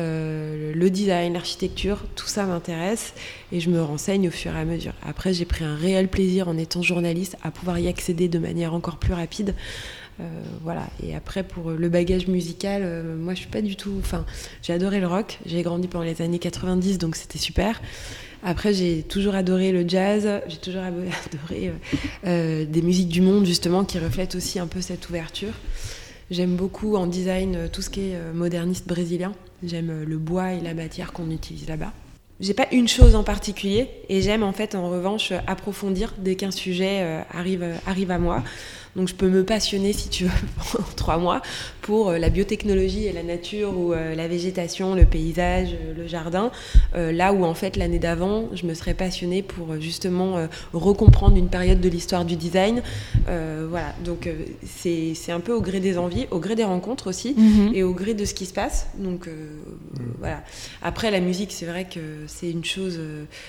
le design, l'architecture, tout ça m'intéresse et je me renseigne au fur et à mesure. Après, j'ai pris un réel plaisir en étant journaliste à pouvoir y accéder de manière encore plus rapide. Voilà. Et après, pour le bagage musical, moi, je suis pas du tout... Enfin, j'ai adoré le rock. J'ai grandi pendant les années 90, donc c'était super. Après, j'ai toujours adoré le jazz. J'ai toujours adoré des musiques du monde, justement, qui reflètent aussi un peu cette ouverture. J'aime beaucoup en design tout ce qui est moderniste brésilien. J'aime le bois et la matière qu'on utilise là-bas. J'ai pas une chose en particulier et j'aime en fait en revanche approfondir dès qu'un sujet arrive à moi. Donc je peux me passionner si tu veux pendant 3 mois pour la biotechnologie et la nature ou la végétation, le paysage, le jardin. Là où en fait l'année d'avant, je me serais passionnée pour justement recomprendre une période de l'histoire du design. Voilà, donc c'est un peu au gré des envies, au gré des rencontres aussi et au gré de ce qui se passe. Donc voilà. Après la musique, c'est vrai que c'est une chose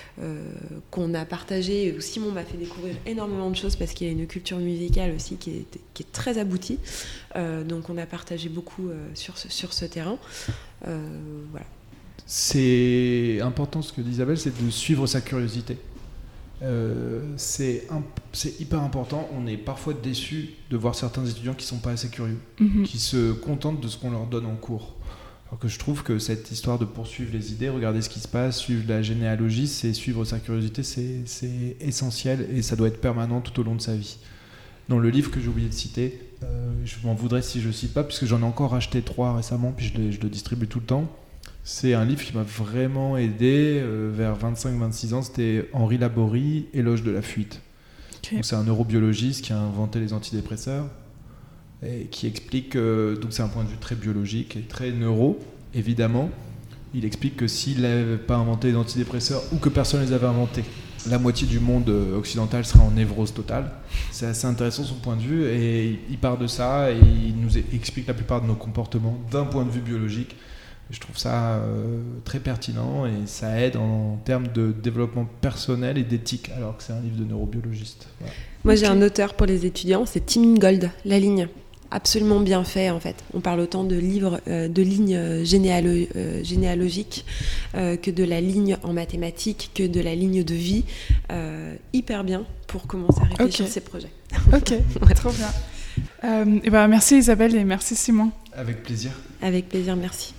qu'on a partagée. Simon m'a fait découvrir énormément de choses parce qu'il a une culture musicale aussi qui est très aboutie. Donc on a partagé beaucoup sur ce terrain. Voilà. C'est important ce que dit Isabelle, c'est de suivre sa curiosité. C'est hyper important. On est parfois déçus de voir certains étudiants qui ne sont pas assez curieux, qui se contentent de ce qu'on leur donne en cours. Alors que je trouve que cette histoire de poursuivre les idées, regarder ce qui se passe, suivre la généalogie, c'est suivre sa curiosité, c'est essentiel et ça doit être permanent tout au long de sa vie. Dans le livre que j'ai oublié de citer, je m'en voudrais si je ne cite pas, puisque j'en ai encore acheté 3 récemment, puis je le distribue tout le temps. C'est un livre qui m'a vraiment aidé vers 25-26 ans, c'était Henri Laborie, Éloge de la fuite. Okay. Donc c'est un neurobiologiste qui a inventé les antidépresseurs et qui explique, donc c'est un point de vue très biologique et très neuro, évidemment. Il explique que s'il n'avait pas inventé les antidépresseurs ou que personne ne les avait inventés, la moitié du monde occidental serait en névrose totale. C'est assez intéressant son point de vue et il part de ça et il nous explique la plupart de nos comportements d'un point de vue biologique. Je trouve ça très pertinent et ça aide en termes de développement personnel et d'éthique alors que c'est un livre de neurobiologiste. Voilà. Moi j'ai un auteur pour les étudiants, c'est Tim Ingold, La Ligne. Absolument bien fait en fait. On parle autant de livres, de lignes généalogiques que de la ligne en mathématiques, que de la ligne de vie. Hyper bien pour commencer à réfléchir ces projets. Ok, ouais. Trop bien. Merci Isabelle et merci Simon. Avec plaisir. Avec plaisir, merci.